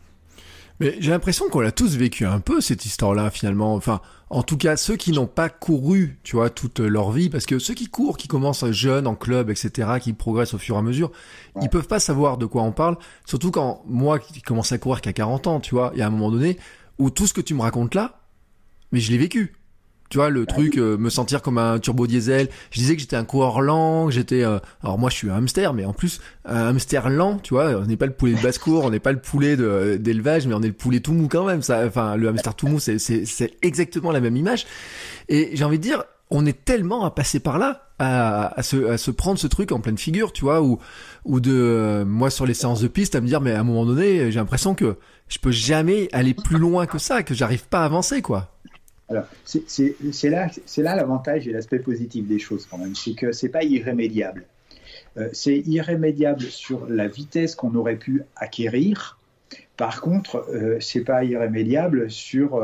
Speaker 2: Mais j'ai l'impression qu'on l'a tous vécu un peu, cette histoire-là, finalement. Enfin, en tout cas, ceux qui n'ont pas couru, tu vois, toute leur vie, parce que ceux qui courent, qui commencent jeunes, en club, etc., qui progressent au fur et à mesure, ils peuvent pas savoir de quoi on parle. Surtout quand, moi, qui commence à courir qu'à 40 ans, tu vois, il y a un moment donné où tout ce que tu me racontes là, mais je l'ai vécu. Tu vois, le truc, me sentir comme un turbo diesel. Je disais que j'étais un coureur lent, que j'étais... alors moi, je suis un hamster, mais en plus, un hamster lent, tu vois, on n'est pas le poulet de basse-cour, on n'est pas le poulet d'élevage, mais on est le poulet tout mou quand même. Ça, enfin, le hamster tout mou, c'est exactement la même image. Et j'ai envie de dire, on est tellement à passer par là, à se prendre ce truc en pleine figure, tu vois, ou de... moi, sur les séances de piste, à me dire, mais à un moment donné, j'ai l'impression que je peux jamais aller plus loin que ça, que j'arrive pas à avancer, quoi.
Speaker 3: Alors, c'est là l'avantage et l'aspect positif des choses quand même, c'est que c'est pas irrémédiable. C'est irrémédiable sur la vitesse qu'on aurait pu acquérir. Par contre, c'est pas irrémédiable sur...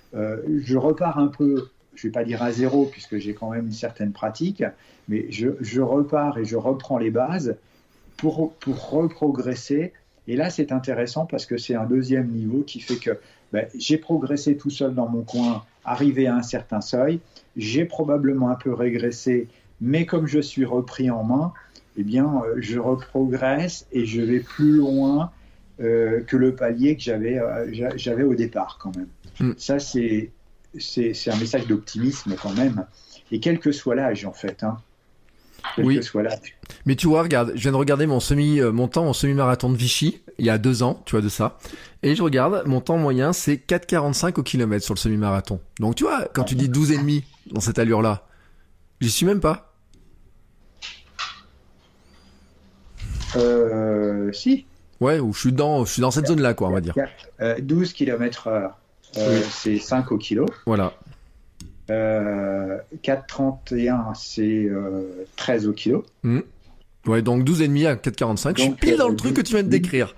Speaker 3: je repars un peu, je vais pas dire à zéro puisque j'ai quand même une certaine pratique, mais je repars et je reprends les bases pour reprogresser. Et là, c'est intéressant parce que c'est un deuxième niveau qui fait que j'ai progressé tout seul dans mon coin, arrivé à un certain seuil, j'ai probablement un peu régressé, mais comme je suis repris en main, eh bien, je reprogresse et je vais plus loin que le palier que j'avais au départ quand même. Ça, c'est un message d'optimisme quand même, et quel que soit l'âge en fait. Quel que soit l'âge.
Speaker 2: Mais tu vois, regarde, je viens de regarder mon temps en semi-marathon de Vichy, il y a 2 ans, tu vois, de ça. Et je regarde, mon temps moyen, c'est 4,45 au kilomètre sur le semi-marathon. Donc tu vois, quand tu dis 12,5 dans cette allure-là, j'y suis même pas.
Speaker 3: Si.
Speaker 2: Ouais, ou je suis dans cette zone-là, quoi, on va dire.
Speaker 3: 12 km/h, c'est 5 au kilo.
Speaker 2: Voilà.
Speaker 3: 4,31, c'est 13 au kilo.
Speaker 2: Ouais, donc 12,5 à 4,45. Je suis pile dans le truc que tu viens de décrire.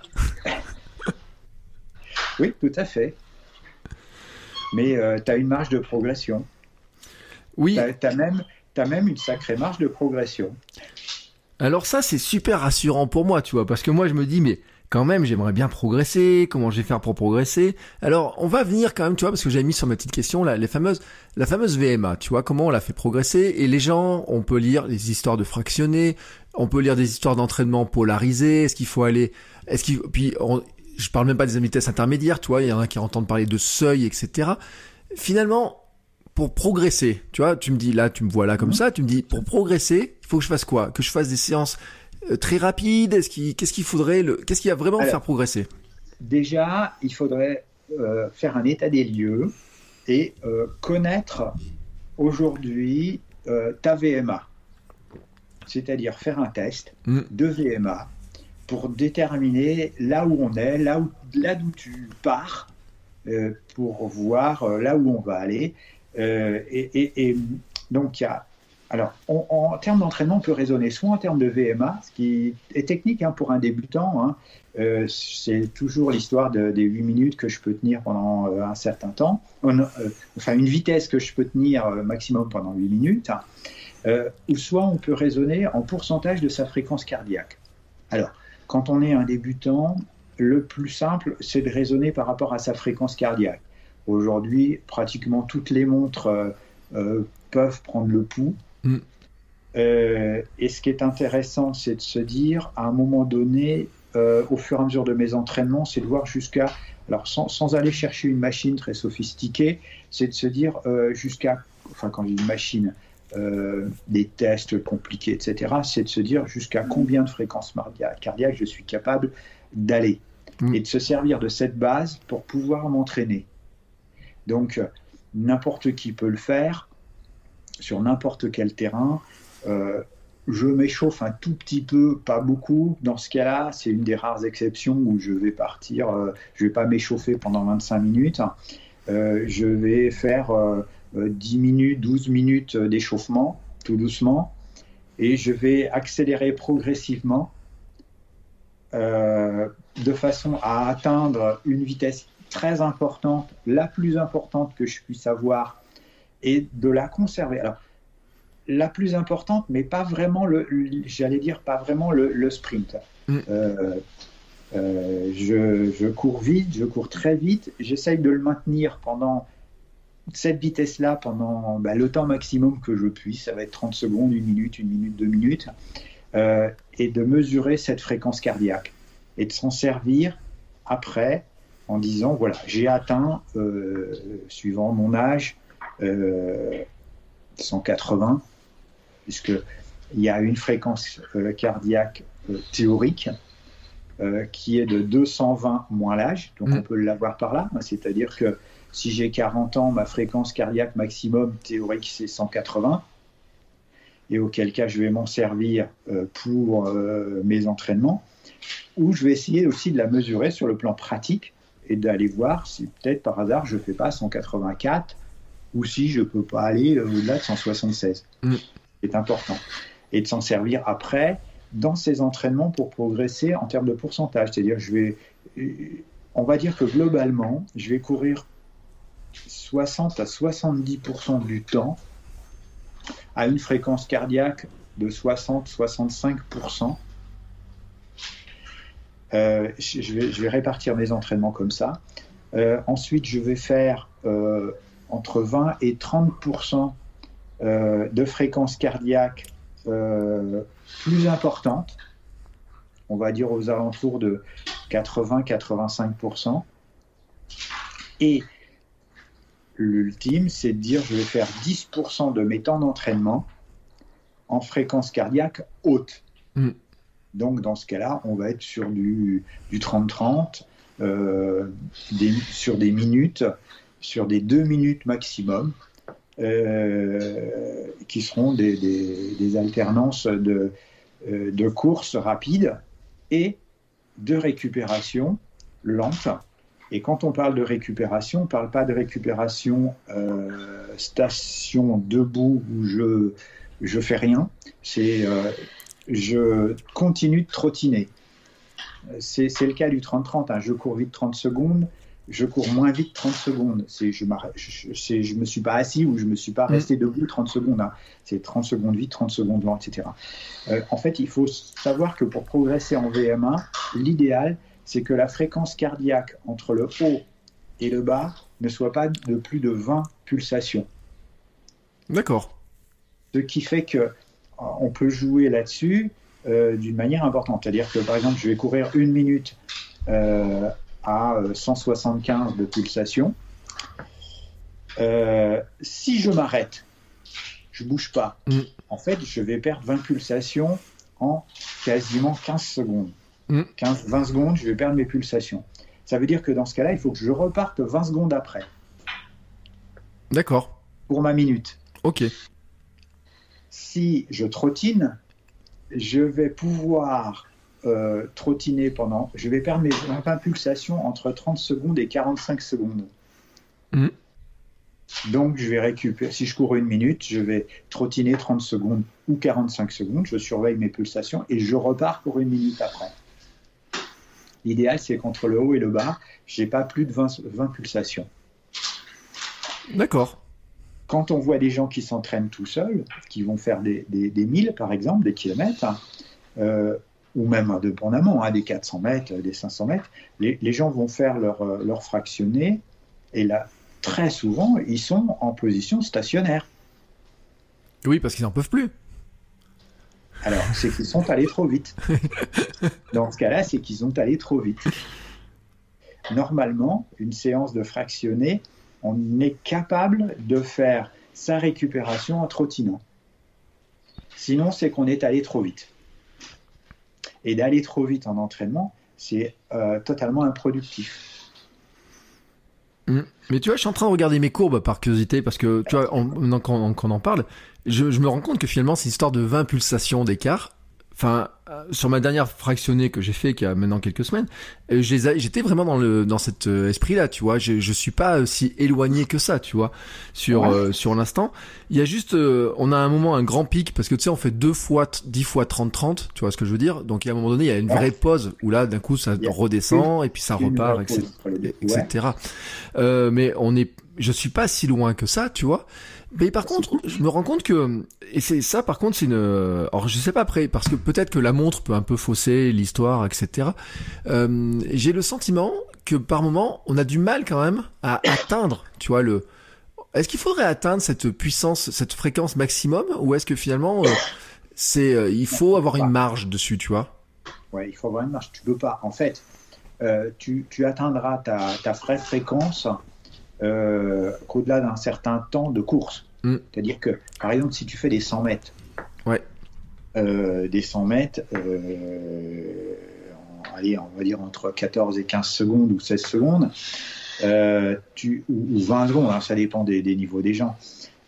Speaker 3: Oui, tout à fait. Mais tu as une marge de progression.
Speaker 2: Oui.
Speaker 3: Tu as même une sacrée marge de progression.
Speaker 2: Alors ça, c'est super rassurant pour moi, tu vois, parce que moi, je me dis, mais quand même, j'aimerais bien progresser. Comment je vais faire pour progresser? Alors, on va venir quand même, tu vois, parce que j'avais mis sur ma petite question là, la fameuse VMA, tu vois, comment on l'a fait progresser. Et les gens, on peut lire des histoires de fractionnés, on peut lire des histoires d'entraînement polarisé. Est-ce qu'il faut aller, je parle même pas des vitesses intermédiaires, tu vois, il y en a qui entendent parler de seuil, etc. Finalement, pour progresser, tu vois, tu me dis là, tu me vois là comme ça, tu me dis, pour progresser, il faut que je fasse quoi? Que je fasse des séances très rapides? Qu'est-ce qu'il va vraiment faire progresser?
Speaker 3: Déjà, il faudrait faire un état des lieux et connaître aujourd'hui ta VMA. C'est-à-dire faire un test de VMA pour déterminer là où on est, là d'où tu pars, pour voir là où on va aller. Et donc, il y a... Alors, en termes d'entraînement, on peut raisonner soit en termes de VMA, ce qui est technique pour un débutant. C'est toujours l'histoire des 8 minutes que je peux tenir pendant un certain temps. Enfin, une vitesse que je peux tenir maximum pendant 8 minutes. Ou soit on peut raisonner en pourcentage de sa fréquence cardiaque. Alors, quand on est un débutant, le plus simple, c'est de raisonner par rapport à sa fréquence cardiaque. Aujourd'hui, pratiquement toutes les montres peuvent prendre le pouls. Et ce qui est intéressant, c'est de se dire, à un moment donné, au fur et à mesure de mes entraînements, c'est de voir jusqu'à... Alors, sans aller chercher une machine très sophistiquée, c'est de se dire jusqu'à... Enfin, quand j'ai une machine... des tests compliqués, etc., c'est de se dire jusqu'à combien de fréquences cardiaques je suis capable d'aller et de se servir de cette base pour pouvoir m'entraîner. Donc, n'importe qui peut le faire, sur n'importe quel terrain. Je m'échauffe un tout petit peu, pas beaucoup. Dans ce cas-là, c'est une des rares exceptions où je vais partir, je ne vais pas m'échauffer pendant 25 minutes. Je vais faire 10 minutes, 12 minutes d'échauffement, tout doucement. Et je vais accélérer progressivement de façon à atteindre une vitesse très importante, la plus importante que je puisse avoir, et de la conserver. Alors, la plus importante, mais pas vraiment j'allais dire pas vraiment le sprint. Je cours vite, je cours très vite, j'essaye de le maintenir pendant cette vitesse-là, pendant le temps maximum que je puisse, ça va être 30 secondes, 1 minute, 2 minutes, et de mesurer cette fréquence cardiaque, et de s'en servir après, en disant, voilà, j'ai atteint, suivant mon âge, 180, puisqu'il y a une fréquence cardiaque théorique qui est de 220 moins l'âge, donc on peut l'avoir par là, c'est-à-dire que si j'ai 40 ans, ma fréquence cardiaque maximum théorique c'est 180, et auquel cas je vais m'en servir pour mes entraînements, ou je vais essayer aussi de la mesurer sur le plan pratique et d'aller voir si peut-être par hasard je ne fais pas 184 ou si je ne peux pas aller au-delà de 176. C'est important. Et de s'en servir après dans ces entraînements pour progresser en termes de pourcentage. C'est-à-dire, on va dire que globalement, je vais courir 60 à 70% du temps à une fréquence cardiaque de 60-65%. Je vais répartir mes entraînements comme ça. Ensuite, je vais faire entre 20 et 30% de fréquence cardiaque plus importante, on va dire aux alentours de 80-85%. Et l'ultime, c'est de dire je vais faire 10% de mes temps d'entraînement en fréquence cardiaque haute. Donc dans ce cas-là, on va être sur du 30-30, sur des minutes, sur des 2 minutes maximum, qui seront des alternances de courses rapides et de récupération lente. Et quand on parle de récupération, on ne parle pas de récupération station debout où je fais rien. C'est je continue de trottiner. C'est le cas du 30-30. Hein. Je cours vite 30 secondes. Je cours moins vite 30 secondes. Je ne me suis pas assis ou je ne me suis pas resté debout 30 secondes. Hein. C'est 30 secondes vite, 30 secondes lent, etc. En fait, il faut savoir que pour progresser en VMA, l'idéal, c'est que la fréquence cardiaque entre le haut et le bas ne soit pas de plus de 20 pulsations.
Speaker 2: D'accord.
Speaker 3: Ce qui fait qu'on peut jouer là-dessus d'une manière importante. C'est-à-dire que, par exemple, je vais courir 1 minute à 175 de pulsations. Si je m'arrête, je ne bouge pas, en fait, je vais perdre 20 pulsations en quasiment 15 secondes. 20 secondes, je vais perdre mes pulsations. Ça veut dire que dans ce cas-là, il faut que je reparte 20 secondes après.
Speaker 2: D'accord.
Speaker 3: Pour ma minute.
Speaker 2: Ok.
Speaker 3: Si je trottine, je vais pouvoir trottiner pendant... Je vais perdre mes 20 pulsations entre 30 secondes et 45 secondes. Donc, je vais récupérer... Si je cours 1 minute, je vais trottiner 30 secondes ou 45 secondes. Je surveille mes pulsations et je repars pour 1 minute après. L'idéal, c'est qu'entre le haut et le bas, je n'ai pas plus de 20 pulsations.
Speaker 2: D'accord.
Speaker 3: Quand on voit des gens qui s'entraînent tout seuls, qui vont faire des 1000 par exemple, des kilomètres, ou même indépendamment, des 400 mètres, des 500 mètres, les gens vont faire leur fractionné, et là, très souvent, ils sont en position stationnaire.
Speaker 2: Oui, parce qu'ils n'en peuvent plus.
Speaker 3: Alors, c'est qu'ils sont allés trop vite. Dans ce cas-là, c'est qu'ils sont allés trop vite. Normalement, une séance de fractionné, on est capable de faire sa récupération en trottinant. Sinon, c'est qu'on est allé trop vite. Et d'aller trop vite en entraînement, c'est totalement improductif.
Speaker 2: Mais tu vois, je suis en train de regarder mes courbes par curiosité parce que, tu vois, maintenant qu'on en parle, je me rends compte que finalement, c'est une histoire de 20 pulsations d'écart. Enfin, sur ma dernière fractionnée que j'ai fait, qui a maintenant quelques semaines, j'étais vraiment dans cet esprit-là, tu vois. Je suis pas si éloigné que ça, tu vois, sur l'instant. Il y a juste, on a un moment un grand pic parce que tu sais, on fait 2 fois 10 fois 30-30, tu vois ce que je veux dire. Donc, à un moment donné, il y a une vraie pause où là, d'un coup, ça redescend et puis ça repart, etc. Mais je suis pas si loin que ça, tu vois. Mais par contre, je me rends compte que, et c'est ça, par contre, c'est alors je sais pas après, parce que peut-être que la montre peut un peu fausser l'histoire, etc. J'ai le sentiment que par moment, on a du mal quand même à atteindre, tu vois, est-ce qu'il faudrait atteindre cette puissance, cette fréquence maximum, ou est-ce que finalement, il faut avoir une marge dessus, tu vois?
Speaker 3: Ouais, il faut avoir une marge. Tu peux pas. En fait, tu atteindras ta vraie fréquence qu'au-delà d'un certain temps de course. C'est-à-dire que, par exemple, si tu fais des 100 mètres, des 100 mètres, allez, on va dire entre 14 et 15 secondes ou 16 secondes, ou 20 secondes, hein, ça dépend des niveaux des gens.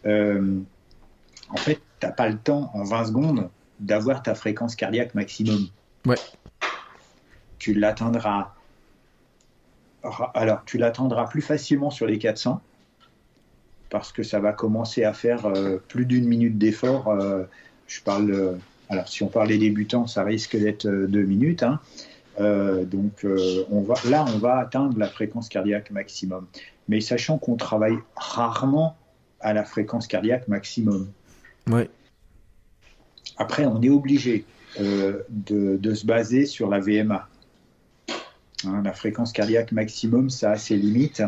Speaker 3: En fait, tu n'as pas le temps, en 20 secondes, d'avoir ta fréquence cardiaque maximum.
Speaker 2: Ouais.
Speaker 3: Tu l'atteindras. Alors, tu l'atteindras plus facilement sur les 400 parce que ça va commencer à faire plus d'1 minute d'effort. Je parle. Alors, si on parle des débutants, ça risque d'être 2 minutes. Hein. Donc, on va atteindre la fréquence cardiaque maximum. Mais sachant qu'on travaille rarement à la fréquence cardiaque maximum.
Speaker 2: Ouais.
Speaker 3: Après, on est obligé de se baser sur la VMA. Hein, la fréquence cardiaque maximum, ça a ses limites.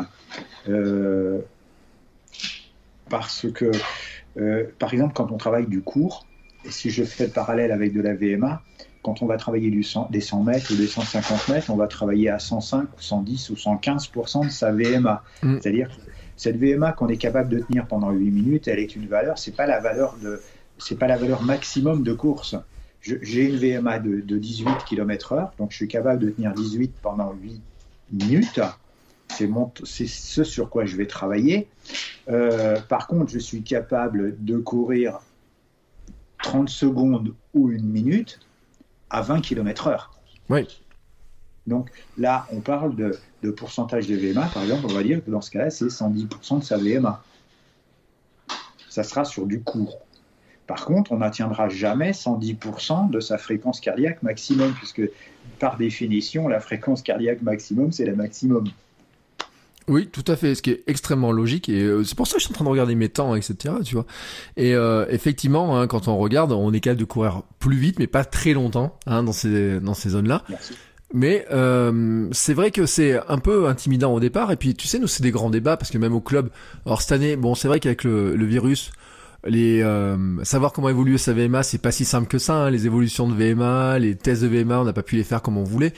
Speaker 3: Parce que, par exemple, quand on travaille du court, et si je fais le parallèle avec de la VMA, quand on va travailler des 100 mètres ou des 150 mètres, on va travailler à 105 ou 110 ou 115% de sa VMA. C'est-à-dire que cette VMA qu'on est capable de tenir pendant 8 minutes, elle est une valeur, c'est pas la valeur maximum de course. J'ai une VMA de 18 km/h, donc je suis capable de tenir 18 pendant 8 minutes. C'est ce sur quoi je vais travailler. Par contre, je suis capable de courir 30 secondes ou 1 minute à 20 km/h.
Speaker 2: Oui.
Speaker 3: Donc là, on parle de pourcentage de VMA. Par exemple, on va dire que dans ce cas-là, c'est 110% de sa VMA. Ça sera sur du court. Par contre, on n'atteindra jamais 110% de sa fréquence cardiaque maximum, puisque par définition, la fréquence cardiaque maximum, c'est la maximum.
Speaker 2: Oui, tout à fait, ce qui est extrêmement logique, et c'est pour ça que je suis en train de regarder mes temps, etc., tu vois. Et effectivement, hein, quand on regarde, on est capable de courir plus vite, mais pas très longtemps, hein, dans ces zones-là.
Speaker 3: Merci.
Speaker 2: Mais c'est vrai que c'est un peu intimidant au départ, et puis tu sais, nous c'est des grands débats, parce que même au club, alors cette année, bon, c'est vrai qu'avec le virus, savoir comment évoluer sa VMA, c'est pas si simple que ça, hein. Les évolutions de VMA, les tests de VMA, on n'a pas pu les faire comme on voulait.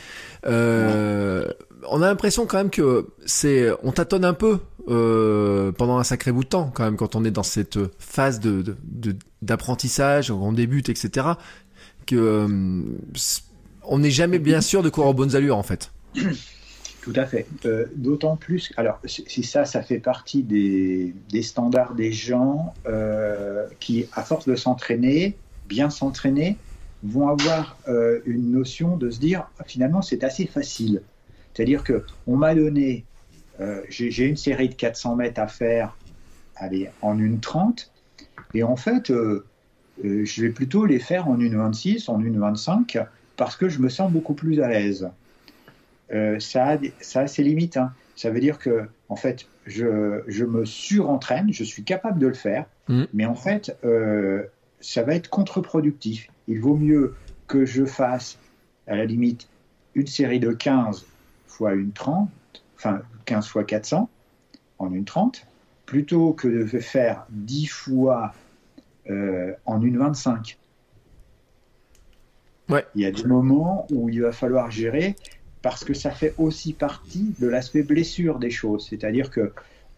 Speaker 2: On a l'impression quand même que on tâtonne un peu pendant un sacré bout de temps quand même quand on est dans cette phase d'apprentissage, on débute, etc. Que on n'est jamais bien sûr de courir aux bonnes allures en fait.
Speaker 3: Tout à fait. D'autant plus, alors si ça fait partie des standards des gens qui, à force de s'entraîner, bien s'entraîner, vont avoir une notion de se dire finalement c'est assez facile. C'est-à-dire qu'on m'a donné, j'ai une série de 400 mètres à faire en 1,30 et en fait je vais plutôt les faire en 1,26, en 1,25 parce que je me sens beaucoup plus à l'aise. Ça a ses limites. Hein. Ça veut dire que, en fait, je me surentraîne, je suis capable de le faire, mais en fait, ça va être contre-productif. Il vaut mieux que je fasse, à la limite, une série de 15 fois 1,30, enfin 15 fois 400 en 1,30, plutôt que de faire 10 fois en 1,25.
Speaker 2: Ouais.
Speaker 3: Il y a des moments où il va falloir gérer parce que ça fait aussi partie de l'aspect blessure des choses. C'est-à-dire que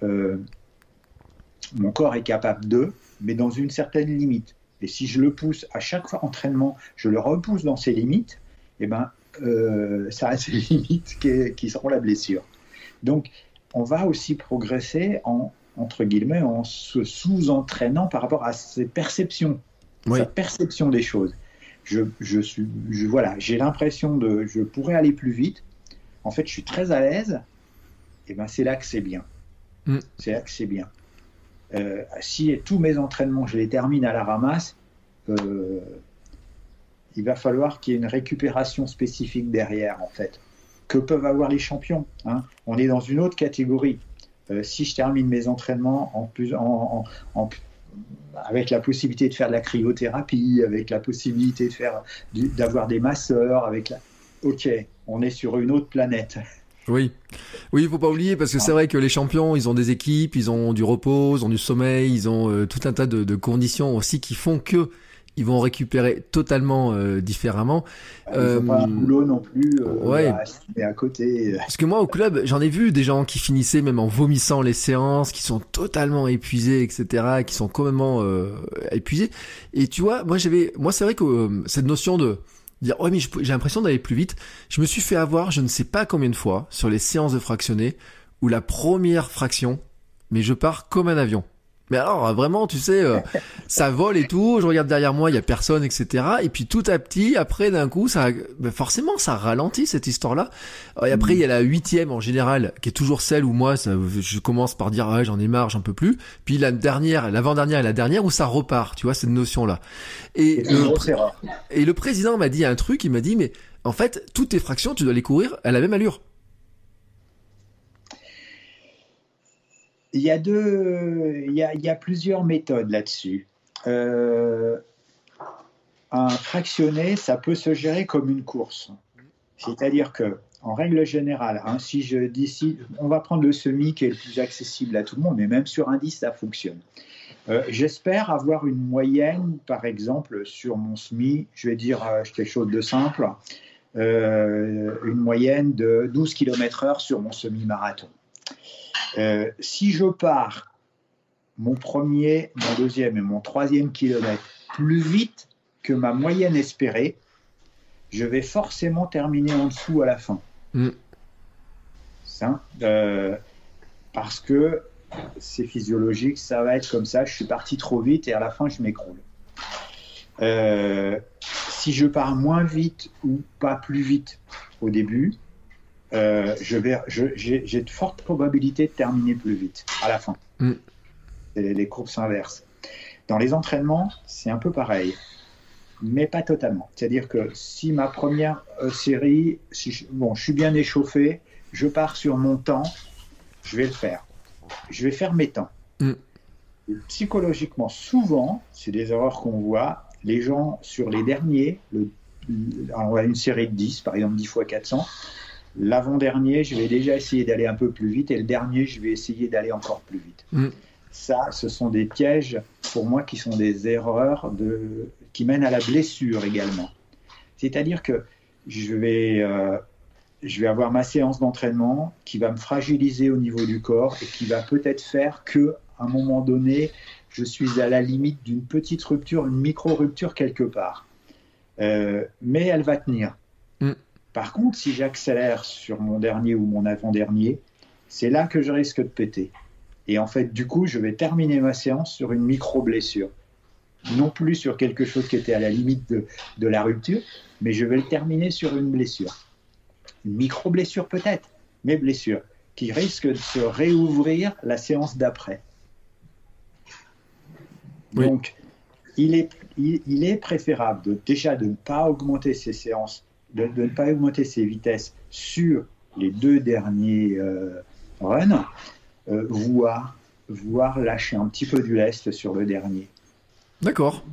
Speaker 3: mon corps est capable mais dans une certaine limite. Et si je le pousse à chaque fois entraînement, je le repousse dans ses limites, eh ben, ça a ses limites qui seront la blessure. Donc, on va aussi progresser entre guillemets, en se sous-entraînant par rapport à ses perceptions, sa perception des choses. Voilà, j'ai l'impression je pourrais aller plus vite. En fait, je suis très à l'aise. Et ben, c'est là que c'est bien. C'est là que c'est bien. Si tous mes entraînements, je les termine à la ramasse, il va falloir qu'il y ait une récupération spécifique derrière, en fait, que peuvent avoir les champions. Hein. On est dans une autre catégorie. Si je termine mes entraînements avec la possibilité de faire de la cryothérapie, avec la possibilité d'avoir des masseurs, ok, on est sur une autre planète.
Speaker 2: Oui, il faut pas oublier parce que c'est vrai que les champions, ils ont des équipes, ils ont du repos, ils ont du sommeil, ils ont tout un tas de conditions aussi qui font que ils vont récupérer totalement différemment.
Speaker 3: Ils n'ont pas un boulot non plus à côté.
Speaker 2: Parce que moi, au club, j'en ai vu des gens qui finissaient même en vomissant les séances, qui sont totalement épuisés, etc., qui sont complètement épuisés. Et tu vois, moi, c'est vrai que cette notion de dire mais j'ai l'impression d'aller plus vite, je me suis fait avoir je ne sais pas combien de fois sur les séances de fractionné où la première fraction, mais je pars comme un avion. Mais alors vraiment, tu sais, ça vole et tout, je regarde derrière moi, il y a personne, etc. Et puis tout à petit, après d'un coup, forcément, ça ralentit cette histoire-là. Et après, il y a la 8e en général, qui est toujours celle où moi, je commence par dire j'en ai marre, j'en peux plus. Puis l'avant-dernière et la dernière où ça repart, tu vois, cette notion-là. Et le président m'a dit un truc, il m'a dit mais en fait, toutes tes fractions, tu dois les courir à la même allure.
Speaker 3: Il y a plusieurs méthodes là-dessus. Un fractionné, ça peut se gérer comme une course. C'est-à-dire que, en règle générale, si je dis, on va prendre le semi qui est le plus accessible à tout le monde, mais même sur un 10, ça fonctionne. J'espère avoir une moyenne, par exemple, sur mon semi, je vais dire quelque chose de simple, une moyenne de 12 km/h sur mon semi-marathon. Si je pars mon premier, mon deuxième et mon troisième kilomètre plus vite que ma moyenne espérée, je vais forcément terminer en dessous à la fin. Parce que c'est physiologique, ça va être comme ça, je suis parti trop vite et à la fin je m'écroule. Si je pars moins vite ou pas plus vite au début, j'ai de fortes probabilités de terminer plus vite à la fin. Les courbes s'inversent. Dans les entraînements, c'est un peu pareil, mais pas totalement. C'est-à-dire que si ma première série, je suis bien échauffé, je pars sur mon temps, je vais le faire. Je vais faire mes temps. Et psychologiquement, souvent, c'est des erreurs qu'on voit, les gens sur les derniers, on a une série de 10, par exemple 10 x 400, l'avant-dernier, je vais déjà essayer d'aller un peu plus vite et le dernier, je vais essayer d'aller encore plus vite. Ça, ce sont des pièges, pour moi, qui sont des erreurs qui mènent à la blessure également. C'est-à-dire que je vais avoir ma séance d'entraînement qui va me fragiliser au niveau du corps et qui va peut-être faire qu'à un moment donné, je suis à la limite d'une petite rupture, une micro-rupture quelque part. Mais elle va tenir. Par contre, si j'accélère sur mon dernier ou mon avant-dernier, c'est là que je risque de péter. Et en fait, du coup, je vais terminer ma séance sur une micro-blessure. Non plus sur quelque chose qui était à la limite de la rupture, mais je vais le terminer sur une blessure. Une micro-blessure peut-être, mais blessure, qui risque de se réouvrir la séance d'après. Oui. Donc, il est préférable déjà de ne pas augmenter ses séances, de ne pas augmenter ses vitesses sur les 2 derniers runs, voire lâcher un petit peu du lest sur le dernier.
Speaker 2: D'accord.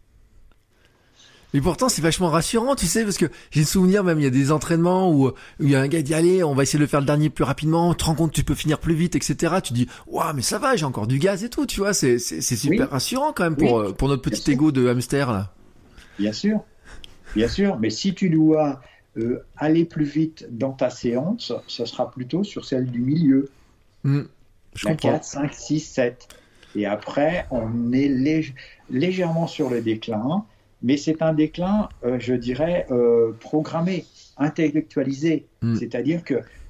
Speaker 2: Et pourtant, c'est vachement rassurant, tu sais, parce que j'ai le souvenir même, il y a des entraînements où il y a un gars qui dit, allez, on va essayer de le faire le dernier plus rapidement, tu te rends compte, tu peux finir plus vite, etc. Tu dis, waouh, mais ça va, j'ai encore du gaz et tout, tu vois, c'est super rassurant quand même pour notre petit ego de hamster, là. Bien sûr,
Speaker 3: mais si tu dois aller plus vite dans ta séance, ce sera plutôt sur celle du milieu.
Speaker 2: Je comprends.
Speaker 3: 4, 5, 6, 7. Et après, on est légèrement sur le déclin, mais c'est un déclin, je dirais, programmé, intellectualisé. C'est-à-dire que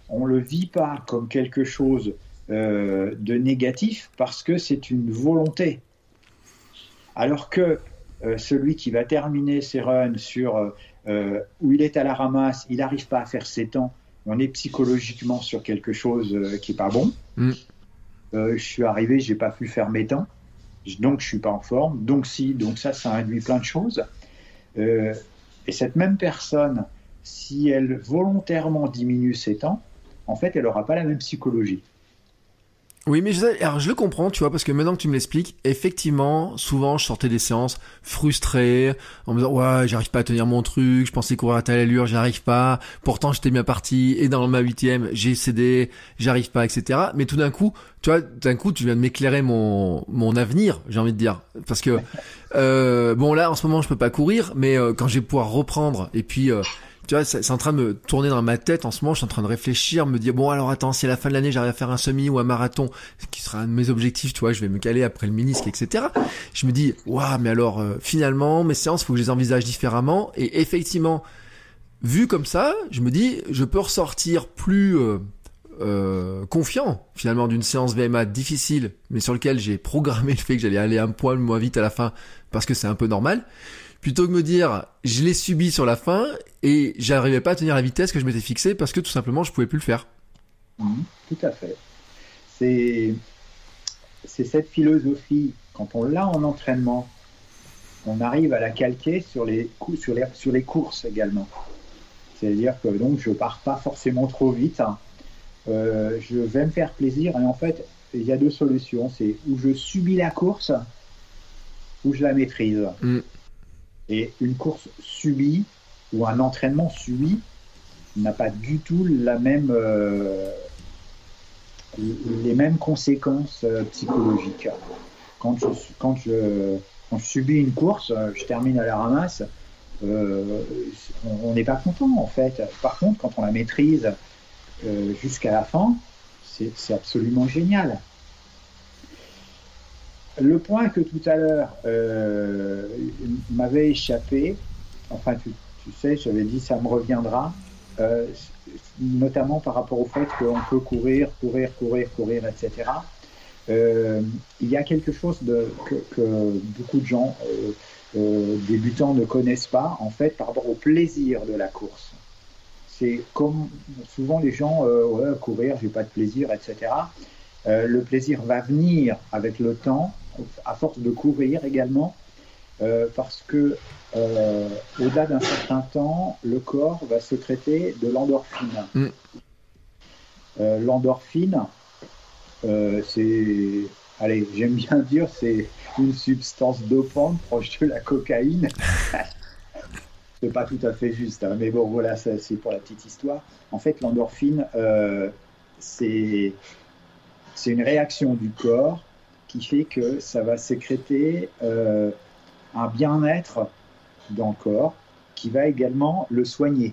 Speaker 3: on ne le vit pas comme quelque chose de négatif parce que c'est une volonté. Alors que celui qui va terminer ses runs sur où il est à la ramasse, il n'arrive pas à faire ses temps, on est psychologiquement sur quelque chose qui n'est pas bon. Je suis arrivé, je n'ai pas pu faire mes temps, donc je ne suis pas en forme, donc ça induit plein de choses. Et cette même personne, si elle volontairement diminue ses temps, en fait, elle n'aura pas la même psychologie.
Speaker 2: Oui, mais je le comprends, tu vois, parce que maintenant que tu me l'expliques, effectivement, souvent, je sortais des séances frustré, en me disant, ouais, j'arrive pas à tenir mon truc, je pensais courir à telle allure, j'y arrive pas, pourtant j'étais bien parti, et dans ma 8e, j'ai cédé, j'arrive pas, etc. Mais tout d'un coup, tu vois, tu viens de m'éclairer mon avenir, j'ai envie de dire. Parce que, bon, là, en ce moment, je peux pas courir, mais quand je vais pouvoir reprendre, et puis, tu vois, c'est en train de me tourner dans ma tête en ce moment, je suis en train de réfléchir, me dire, bon, alors attends, si à la fin de l'année, j'arrive à faire un semi ou un marathon, qui sera un de mes objectifs, tu vois, je vais me caler après le ménisque, etc. Je me dis, waouh, mais alors, finalement, mes séances, faut que je les envisage différemment. Et effectivement, vu comme ça, je me dis, je peux ressortir plus confiant, finalement, d'une séance VMA difficile, mais sur lequel j'ai programmé le fait que j'allais aller un poil moins vite à la fin, parce que c'est un peu normal. Plutôt que me dire, je l'ai subi sur la fin et j'arrivais pas à tenir la vitesse que je m'étais fixée parce que tout simplement je pouvais plus le faire.
Speaker 3: Tout à fait. C'est cette philosophie, quand on l'a en entraînement, on arrive à la calquer sur les courses également. C'est-à-dire que donc je pars pas forcément trop vite, je vais me faire plaisir et en fait il y a deux solutions, c'est où je subis la course ou je la maîtrise. Et une course subie ou un entraînement subi n'a pas du tout les mêmes conséquences psychologiques. Quand je subis une course, je termine à la ramasse, on n'est pas content en fait. Par contre, quand on la maîtrise jusqu'à la fin, c'est absolument génial. Le point que tout à l'heure m'avait échappé, enfin tu sais, j'avais dit ça me reviendra, notamment par rapport au fait qu'on peut courir, etc. Il y a quelque chose que beaucoup de gens débutants ne connaissent pas, en fait, par rapport au plaisir de la course. C'est comme souvent les gens, ouais, courir, j'ai pas de plaisir, etc. Le plaisir va venir avec le temps, à force de courir également, parce que au-delà d'un certain temps, le corps va sécréter de l'endorphine. L'endorphine, c'est, allez, j'aime bien dire, c'est une substance dopante proche de la cocaïne. C'est pas tout à fait juste, hein, mais bon, voilà, c'est pour la petite histoire. En fait, l'endorphine, c'est une réaction du corps qui fait que ça va sécréter un bien-être dans le corps qui va également le soigner.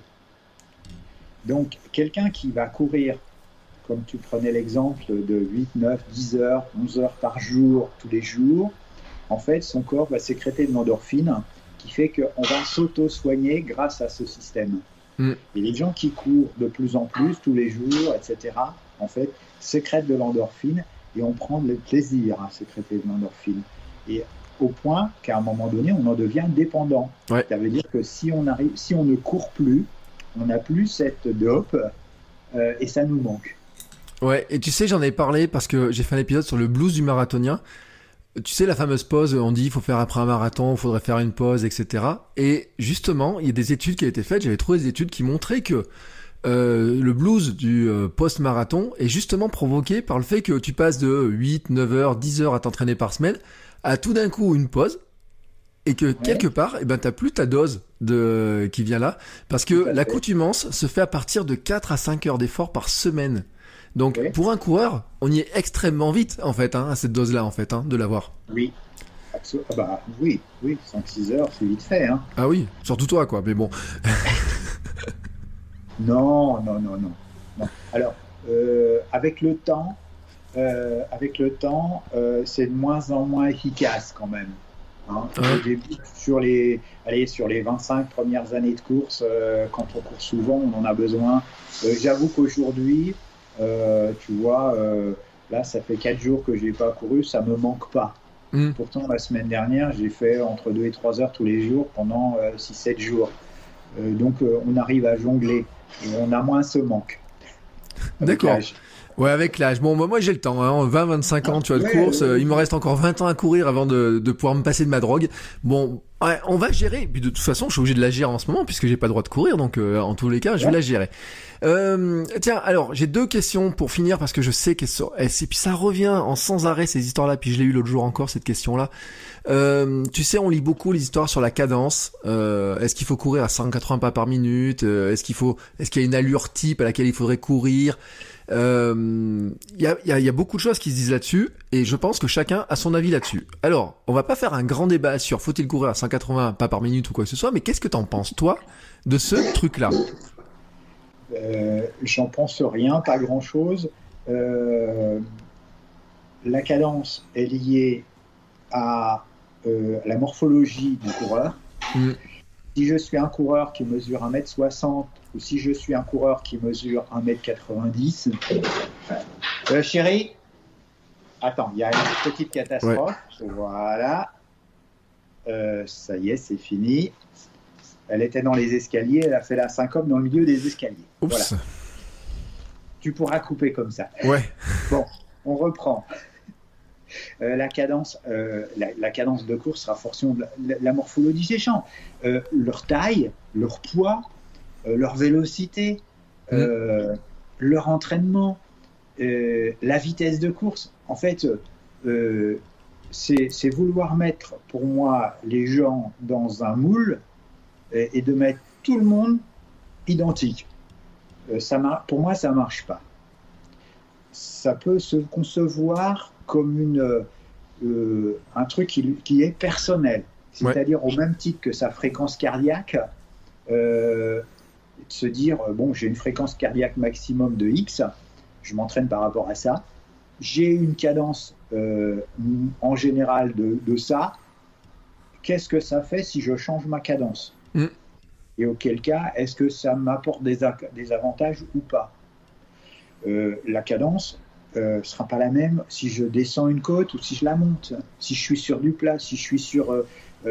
Speaker 3: Donc, quelqu'un qui va courir, comme tu prenais l'exemple de 8, 9, 10 heures, 11 heures par jour, tous les jours, en fait, son corps va sécréter de l'endorphine qui fait qu'on va s'auto-soigner grâce à ce système. Et les gens qui courent de plus en plus, tous les jours, etc., en fait, sécrètent de l'endorphine et on prend le plaisir à sécréter de l'endorphine. Et au point qu'à un moment donné, on en devient dépendant. Ouais. Ça veut dire que si on ne court plus, on n'a plus cette dope et ça nous manque.
Speaker 2: Ouais, et tu sais, j'en ai parlé parce que j'ai fait un épisode sur le blues du marathonien. Tu sais, la fameuse pause, on dit il faut faire après un marathon, il faudrait faire une pause, etc. Et justement, il y a des études qui ont été faites, j'avais trouvé des études qui montraient que le blues du post-marathon est justement provoqué par le fait que tu passes de 8, 9 heures, 10 heures à t'entraîner par semaine à tout d'un coup une pause et que quelque part, eh ben, t'as plus ta dose qui vient là parce que l'accoutumance se fait à partir de 4 à 5 heures d'effort par semaine. Donc, pour un coureur, on y est extrêmement vite, en fait, hein, à cette dose-là, en fait, hein, de l'avoir.
Speaker 3: Oui. Ah bah, oui, 5-6 heures, c'est vite fait, hein.
Speaker 2: Ah oui, surtout toi, quoi, mais bon.
Speaker 3: Non. Alors, avec le temps, c'est de moins en moins efficace, quand même. Hein. Au début, sur les 25 premières années de course, quand on court souvent, on en a besoin. J'avoue qu'aujourd'hui, tu vois, là, ça fait 4 jours que je n'ai pas couru, ça ne me manque pas. Pourtant, la semaine dernière, j'ai fait entre 2 et 3 heures tous les jours pendant 6-7 jours. Donc, on arrive à jongler et on a moins ce manque.
Speaker 2: D'accord. Ouais, avec l'âge. Bon, moi j'ai le temps, hein. 20-25 ans, tu vois, de course. Il me reste encore 20 ans à courir avant de pouvoir me passer de ma drogue. Bon, ouais, on va gérer. Puis de toute façon, je suis obligé de la gérer en ce moment puisque j'ai pas le droit de courir. Donc, en tous les cas, je vais la gérer. Tiens, alors, j'ai 2 questions pour finir parce que je sais qu'elles sont, et puis ça revient en sans arrêt ces histoires-là. Puis je l'ai eu l'autre jour encore, cette question-là. Tu sais, on lit beaucoup les histoires sur la cadence. Est-ce qu'il faut courir à 180 pas par minute? Est-ce qu'il y a une allure type à laquelle il faudrait courir? Y a beaucoup de choses qui se disent là-dessus et je pense que chacun a son avis là-dessus. Alors, on va pas faire un grand débat sur faut-il courir à 180 pas par minute ou quoi que ce soit, mais qu'est-ce que t'en penses toi de ce truc-là?
Speaker 3: J'en pense rien, pas grand-chose. La cadence est liée à la morphologie du coureur. Si je suis un coureur qui mesure 1m60 ou si je suis un coureur qui mesure 1m90, chérie, attends, il y a une petite catastrophe. Ouais. Voilà. Ça y est, c'est fini. Elle était dans les escaliers, elle a fait la syncope dans le milieu des escaliers.
Speaker 2: Oups.
Speaker 3: Voilà. Tu pourras couper comme ça.
Speaker 2: Ouais.
Speaker 3: Bon, on reprend. La cadence de course sera fonction de la morphologie des champs. Leur taille, leur poids, leur vélocité, leur entraînement, la vitesse de course. En fait, c'est vouloir mettre, pour moi, les gens dans un moule et de mettre tout le monde identique. Pour moi, ça ne marche pas. Ça peut se concevoir comme un truc qui est personnel, c'est-à-dire au même titre que sa fréquence cardiaque, de se dire bon, j'ai une fréquence cardiaque maximum de X, je m'entraîne par rapport à ça, j'ai une cadence en général de ça, qu'est-ce que ça fait si je change ma cadence et auquel cas est-ce que ça m'apporte des avantages ou pas. La cadence sera pas la même si je descends une côte ou si je la monte, si je suis sur du plat, si je suis sur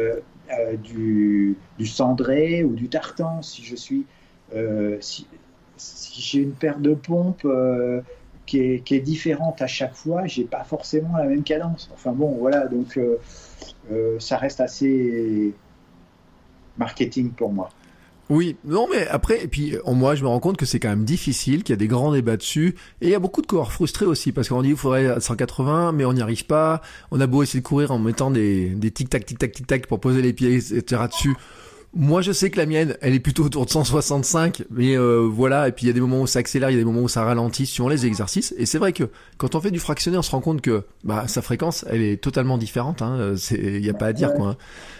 Speaker 3: du cendré ou du tartan, si je suis si j'ai une paire de pompes qui est différente à chaque fois, j'ai pas forcément la même cadence. Enfin bon, voilà, donc ça reste assez marketing pour moi.
Speaker 2: Oui, non mais après, et puis moi je me rends compte que c'est quand même difficile, qu'il y a des grands débats dessus, et il y a beaucoup de coureurs frustrés aussi, parce qu'on dit il faudrait 180, mais on n'y arrive pas, on a beau essayer de courir en mettant des tic-tac, tic-tac, tic-tac pour poser les pieds, etc. dessus. Moi je sais que la mienne, elle est plutôt autour de 165, mais voilà, et puis il y a des moments où ça accélère, il y a des moments où ça ralentit suivant les exercices, et c'est vrai que quand on fait du fractionné, on se rend compte que sa fréquence, elle est totalement différente, hein, il n'y a pas à dire quoi. Hein.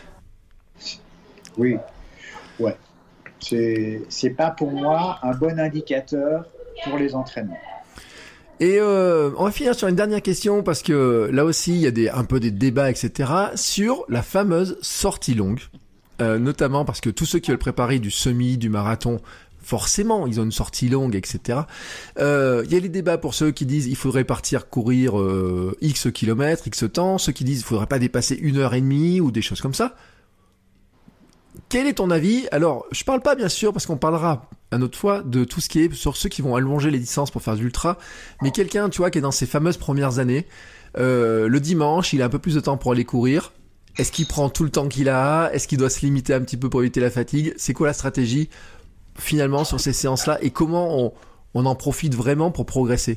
Speaker 3: Oui, ouais. C'est pas pour moi un bon indicateur pour les entraînements.
Speaker 2: Et on va finir sur une dernière question parce que là aussi il y a un peu des débats etc. sur la fameuse sortie longue, notamment parce que tous ceux qui veulent préparer du semi, du marathon, forcément ils ont une sortie longue etc. Il y a les débats pour ceux qui disent il faudrait partir courir X kilomètres, X temps, ceux qui disent il faudrait pas dépasser 1h30 ou des choses comme ça. Quel est ton avis? Alors, je parle pas bien sûr parce qu'on parlera une autre fois de tout ce qui est sur ceux qui vont allonger les distances pour faire du ultra, mais quelqu'un, tu vois, qui est dans ses fameuses premières années, le dimanche, il a un peu plus de temps pour aller courir. Est-ce qu'il prend tout le temps qu'il a? Est-ce qu'il doit se limiter un petit peu pour éviter la fatigue? C'est quoi la stratégie finalement sur ces séances-là et comment on en profite vraiment pour progresser?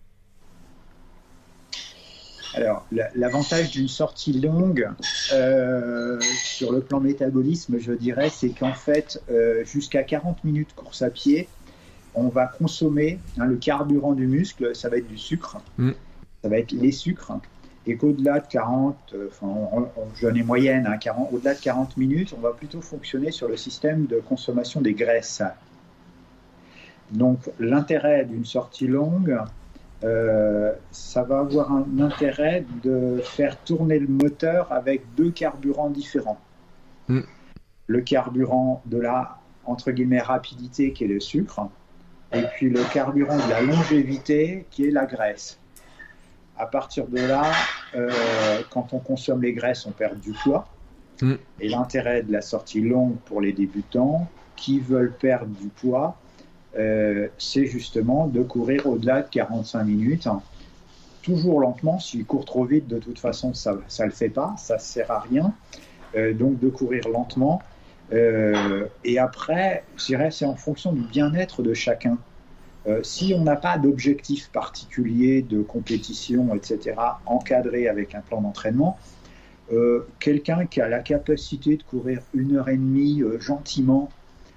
Speaker 3: Alors, l'avantage d'une sortie longue sur le plan métabolisme, je dirais, c'est qu'en fait, jusqu'à 40 minutes course à pied, on va consommer le carburant du muscle, ça va être du sucre, ça va être les sucres, et qu'au-delà de 40, en journée moyenne, au-delà de 40 minutes, on va plutôt fonctionner sur le système de consommation des graisses. Donc, l'intérêt d'une sortie longue, ça va avoir un intérêt de faire tourner le moteur avec 2 carburants différents. Le carburant de la, entre guillemets, rapidité, qui est le sucre, et puis le carburant de la longévité, qui est la graisse. À partir de là, quand on consomme les graisses, on perd du poids. Et l'intérêt de la sortie longue pour les débutants qui veulent perdre du poids, c'est justement de courir au-delà de 45 minutes, toujours lentement. S'ils courent trop vite, de toute façon, ça ne le fait pas, ça ne sert à rien. Donc de courir lentement. Et après, je dirais, c'est en fonction du bien-être de chacun. Si on n'a pas d'objectif particulier de compétition, etc., encadré avec un plan d'entraînement, quelqu'un qui a la capacité de courir 1h30 gentiment,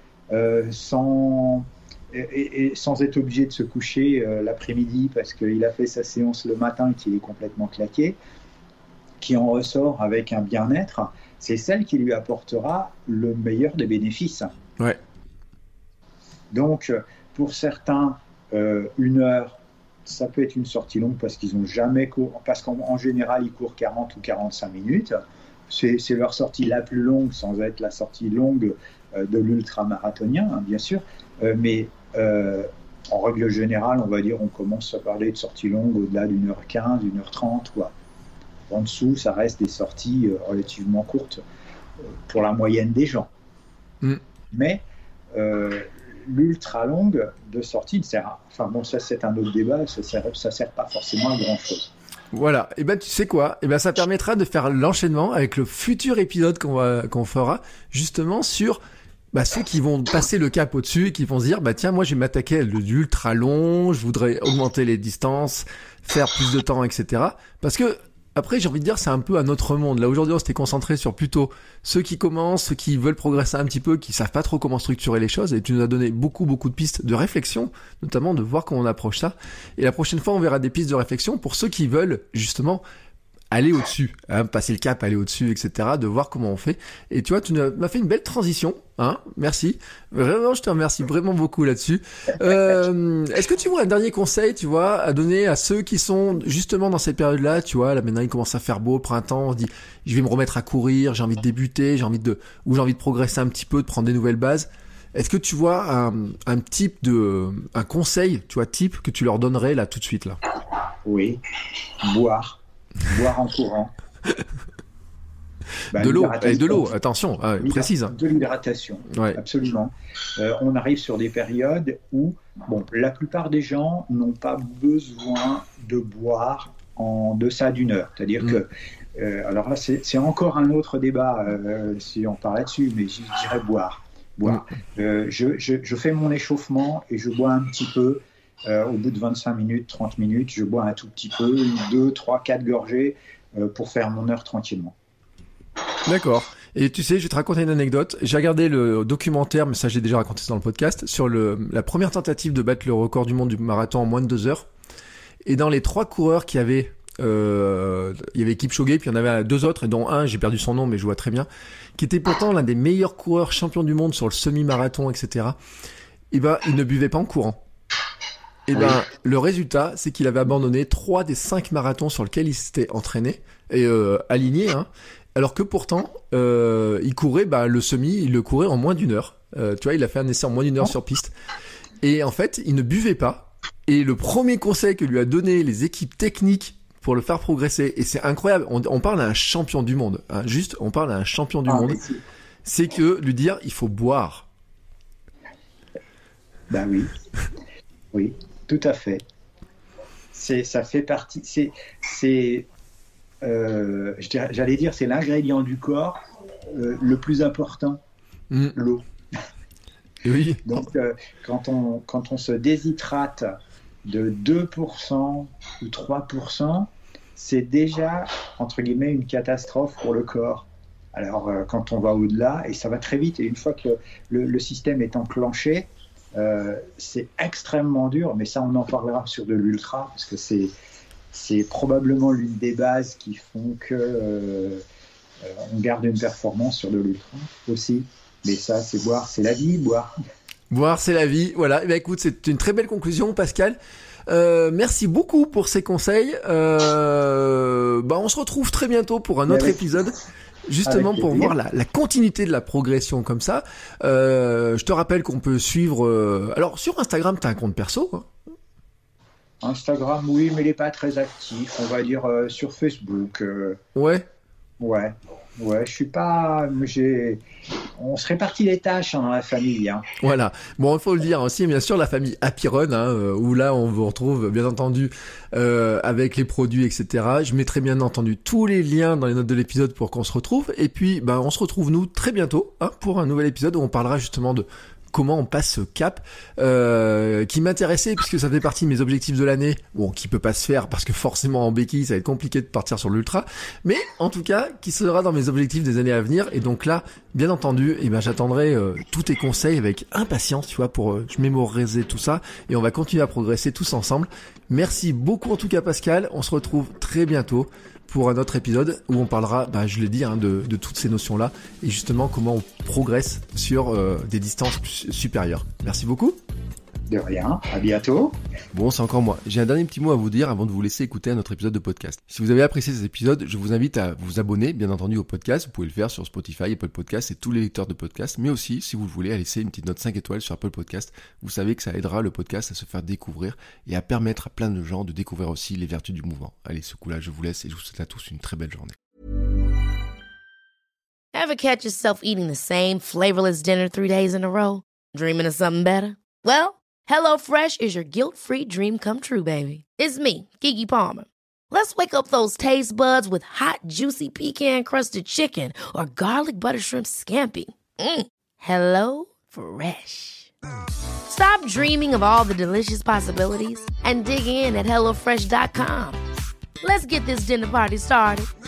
Speaker 3: sans être obligé de se coucher l'après-midi parce qu'il a fait sa séance le matin et qu'il est complètement claqué, qui en ressort avec un bien-être, c'est celle qui lui apportera le meilleur des bénéfices.
Speaker 2: Ouais.
Speaker 3: Donc, pour certains, 1 heure, ça peut être une sortie longue parce qu'ils n'ont jamais couru, parce qu'en général, ils courent 40 ou 45 minutes. C'est leur sortie la plus longue, sans être la sortie longue de l'ultra-marathonien, hein, bien sûr. Mais en règle générale, on va dire, on commence à parler de sorties longues au-delà d'1h15, 1h30, quoi. En dessous, ça reste des sorties relativement courtes pour la moyenne des gens. Mais l'ultra longue de sortie ne sert à... Enfin bon, ça c'est un autre débat, ça sert pas forcément à grand-chose.
Speaker 2: Voilà, et ben tu sais quoi, et ben ça permettra de faire l'enchaînement avec le futur épisode qu'on fera justement sur ceux qui vont passer le cap au-dessus et qui vont se dire tiens, moi je vais m'attaquer à l'ultra long, je voudrais augmenter les distances, faire plus de temps, etc. Parce que après, j'ai envie de dire, c'est un peu un autre monde. Là, aujourd'hui, on s'était concentré sur plutôt ceux qui commencent, ceux qui veulent progresser un petit peu, qui savent pas trop comment structurer les choses. Et tu nous as donné beaucoup de pistes de réflexion, notamment de voir comment on approche ça. Et la prochaine fois, on verra des pistes de réflexion pour ceux qui veulent, justement, aller au-dessus, hein, passer le cap, aller au-dessus, etc., de voir comment on fait. Et tu vois, tu m'as fait une belle transition, hein, merci. Vraiment, je te remercie vraiment beaucoup là-dessus. Est-ce que tu vois un dernier conseil, tu vois, à donner à ceux qui sont justement dans cette période-là, tu vois, là maintenant il commence à faire beau, printemps, on se dit, je vais me remettre à courir, j'ai envie de débuter, j'ai envie de progresser un petit peu, de prendre des nouvelles bases. Est-ce que tu vois un conseil, tu vois, type que tu leur donnerais là tout de suite là?
Speaker 3: Oui, boire en courant.
Speaker 2: De l'eau, attention, précise.
Speaker 3: De l'hydratation, ouais. Absolument. On arrive sur des périodes où, la plupart des gens n'ont pas besoin de boire en deçà d'1 heure. C'est-à-dire que, alors là, c'est encore un autre débat si on parle là-dessus, mais je dirais boire. Je fais mon échauffement et je bois un petit peu. Au bout de 25 minutes, 30 minutes, je bois un tout petit peu, 2, 3, 4 gorgées pour faire mon heure tranquillement.
Speaker 2: D'accord. Et tu sais, je vais te raconter une anecdote. J'ai regardé le documentaire, mais ça j'ai déjà raconté dans le podcast, sur la première tentative de battre le record du monde du marathon en moins de 2 heures. Et dans les 3 coureurs qui avaient, il y avait Kipchoge, puis il y en avait 2 autres, et dont un, j'ai perdu son nom, mais je vois très bien, qui était pourtant l'un des meilleurs coureurs champions du monde sur le semi-marathon, etc. Et il ne buvait pas en courant. Et le résultat, c'est qu'il avait abandonné 3 des 5 marathons sur lesquels il s'était entraîné et aligné, hein, alors que pourtant, il courait le semi, il le courait en moins d'1 heure. Tu vois, il a fait un essai en moins d'1 heure sur piste. Et en fait, il ne buvait pas. Et le premier conseil que lui a donné les équipes techniques pour le faire progresser, et c'est incroyable, on parle à un champion du monde, hein, on parle à un champion du monde, c'est que lui dire, il faut boire.
Speaker 3: Oui. Oui. Tout à fait. Ça fait partie. J'allais dire, c'est l'ingrédient du corps le plus important, l'eau.
Speaker 2: Oui.
Speaker 3: Donc, quand on se déshydrate de 2% ou 3%, c'est déjà, entre guillemets, une catastrophe pour le corps. Alors, quand on va au-delà, et ça va très vite, et une fois que le système est enclenché, c'est extrêmement dur, mais ça on en parlera sur de l'ultra, parce que c'est probablement l'une des bases qui font que on garde une performance sur de l'ultra aussi. Mais ça, c'est boire, c'est la vie, boire.
Speaker 2: Boire, c'est la vie, voilà. Écoute, c'est une très belle conclusion, Pascal. Merci beaucoup pour ces conseils. On se retrouve très bientôt pour un autre épisode. Justement pour voir la continuité de la progression comme ça. Je te rappelle qu'on peut suivre... alors sur Instagram, t'as un compte perso, hein?
Speaker 3: Instagram, oui, mais il n'est pas très actif. On va dire sur Facebook.
Speaker 2: Ouais,
Speaker 3: je suis pas... On se répartit les tâches dans la famille. Hein.
Speaker 2: voilà. Bon, il faut le dire aussi, bien sûr, la famille Happy Run, où là, on vous retrouve, bien entendu, avec les produits, etc. Je mettrai bien entendu tous les liens dans les notes de l'épisode pour qu'on se retrouve. Et puis, on se retrouve, nous, très bientôt, pour un nouvel épisode où on parlera justement de comment on passe ce cap qui m'intéressait puisque ça fait partie de mes objectifs de l'année, qui peut pas se faire parce que forcément en béquille ça va être compliqué de partir sur l'ultra, mais en tout cas qui sera dans mes objectifs des années à venir. Et donc là, bien entendu, j'attendrai tous tes conseils avec impatience, tu vois, pour mémoriser tout ça, et on va continuer à progresser tous ensemble. Merci beaucoup en tout cas Pascal, on se retrouve très bientôt pour un autre épisode où on parlera, je l'ai dit, de toutes ces notions-là et justement comment on progresse sur des distances supérieures. Merci beaucoup.
Speaker 3: De rien, à bientôt.
Speaker 2: Bon, c'est encore moi. J'ai un dernier petit mot à vous dire avant de vous laisser écouter un autre épisode de podcast. Si vous avez apprécié cet épisode, je vous invite à vous abonner, bien entendu, au podcast. Vous pouvez le faire sur Spotify, Apple Podcast et tous les lecteurs de podcasts, mais aussi, si vous le voulez, à laisser une petite note 5 étoiles sur Apple Podcast. Vous savez que ça aidera le podcast à se faire découvrir et à permettre à plein de gens de découvrir aussi les vertus du mouvement. Allez, ce coup-là, je vous laisse et je vous souhaite à tous une très belle journée.
Speaker 1: Ever catch yourself eating the same flavorless dinner 3 days in a row? Dreaming of something better? Well, HelloFresh is your guilt-free dream come true, baby. It's me, Keke Palmer. Let's wake up those taste buds with hot, juicy pecan-crusted chicken or garlic butter shrimp scampi. Hello Fresh. Stop dreaming of all the delicious possibilities and dig in at HelloFresh.com. Let's get this dinner party started.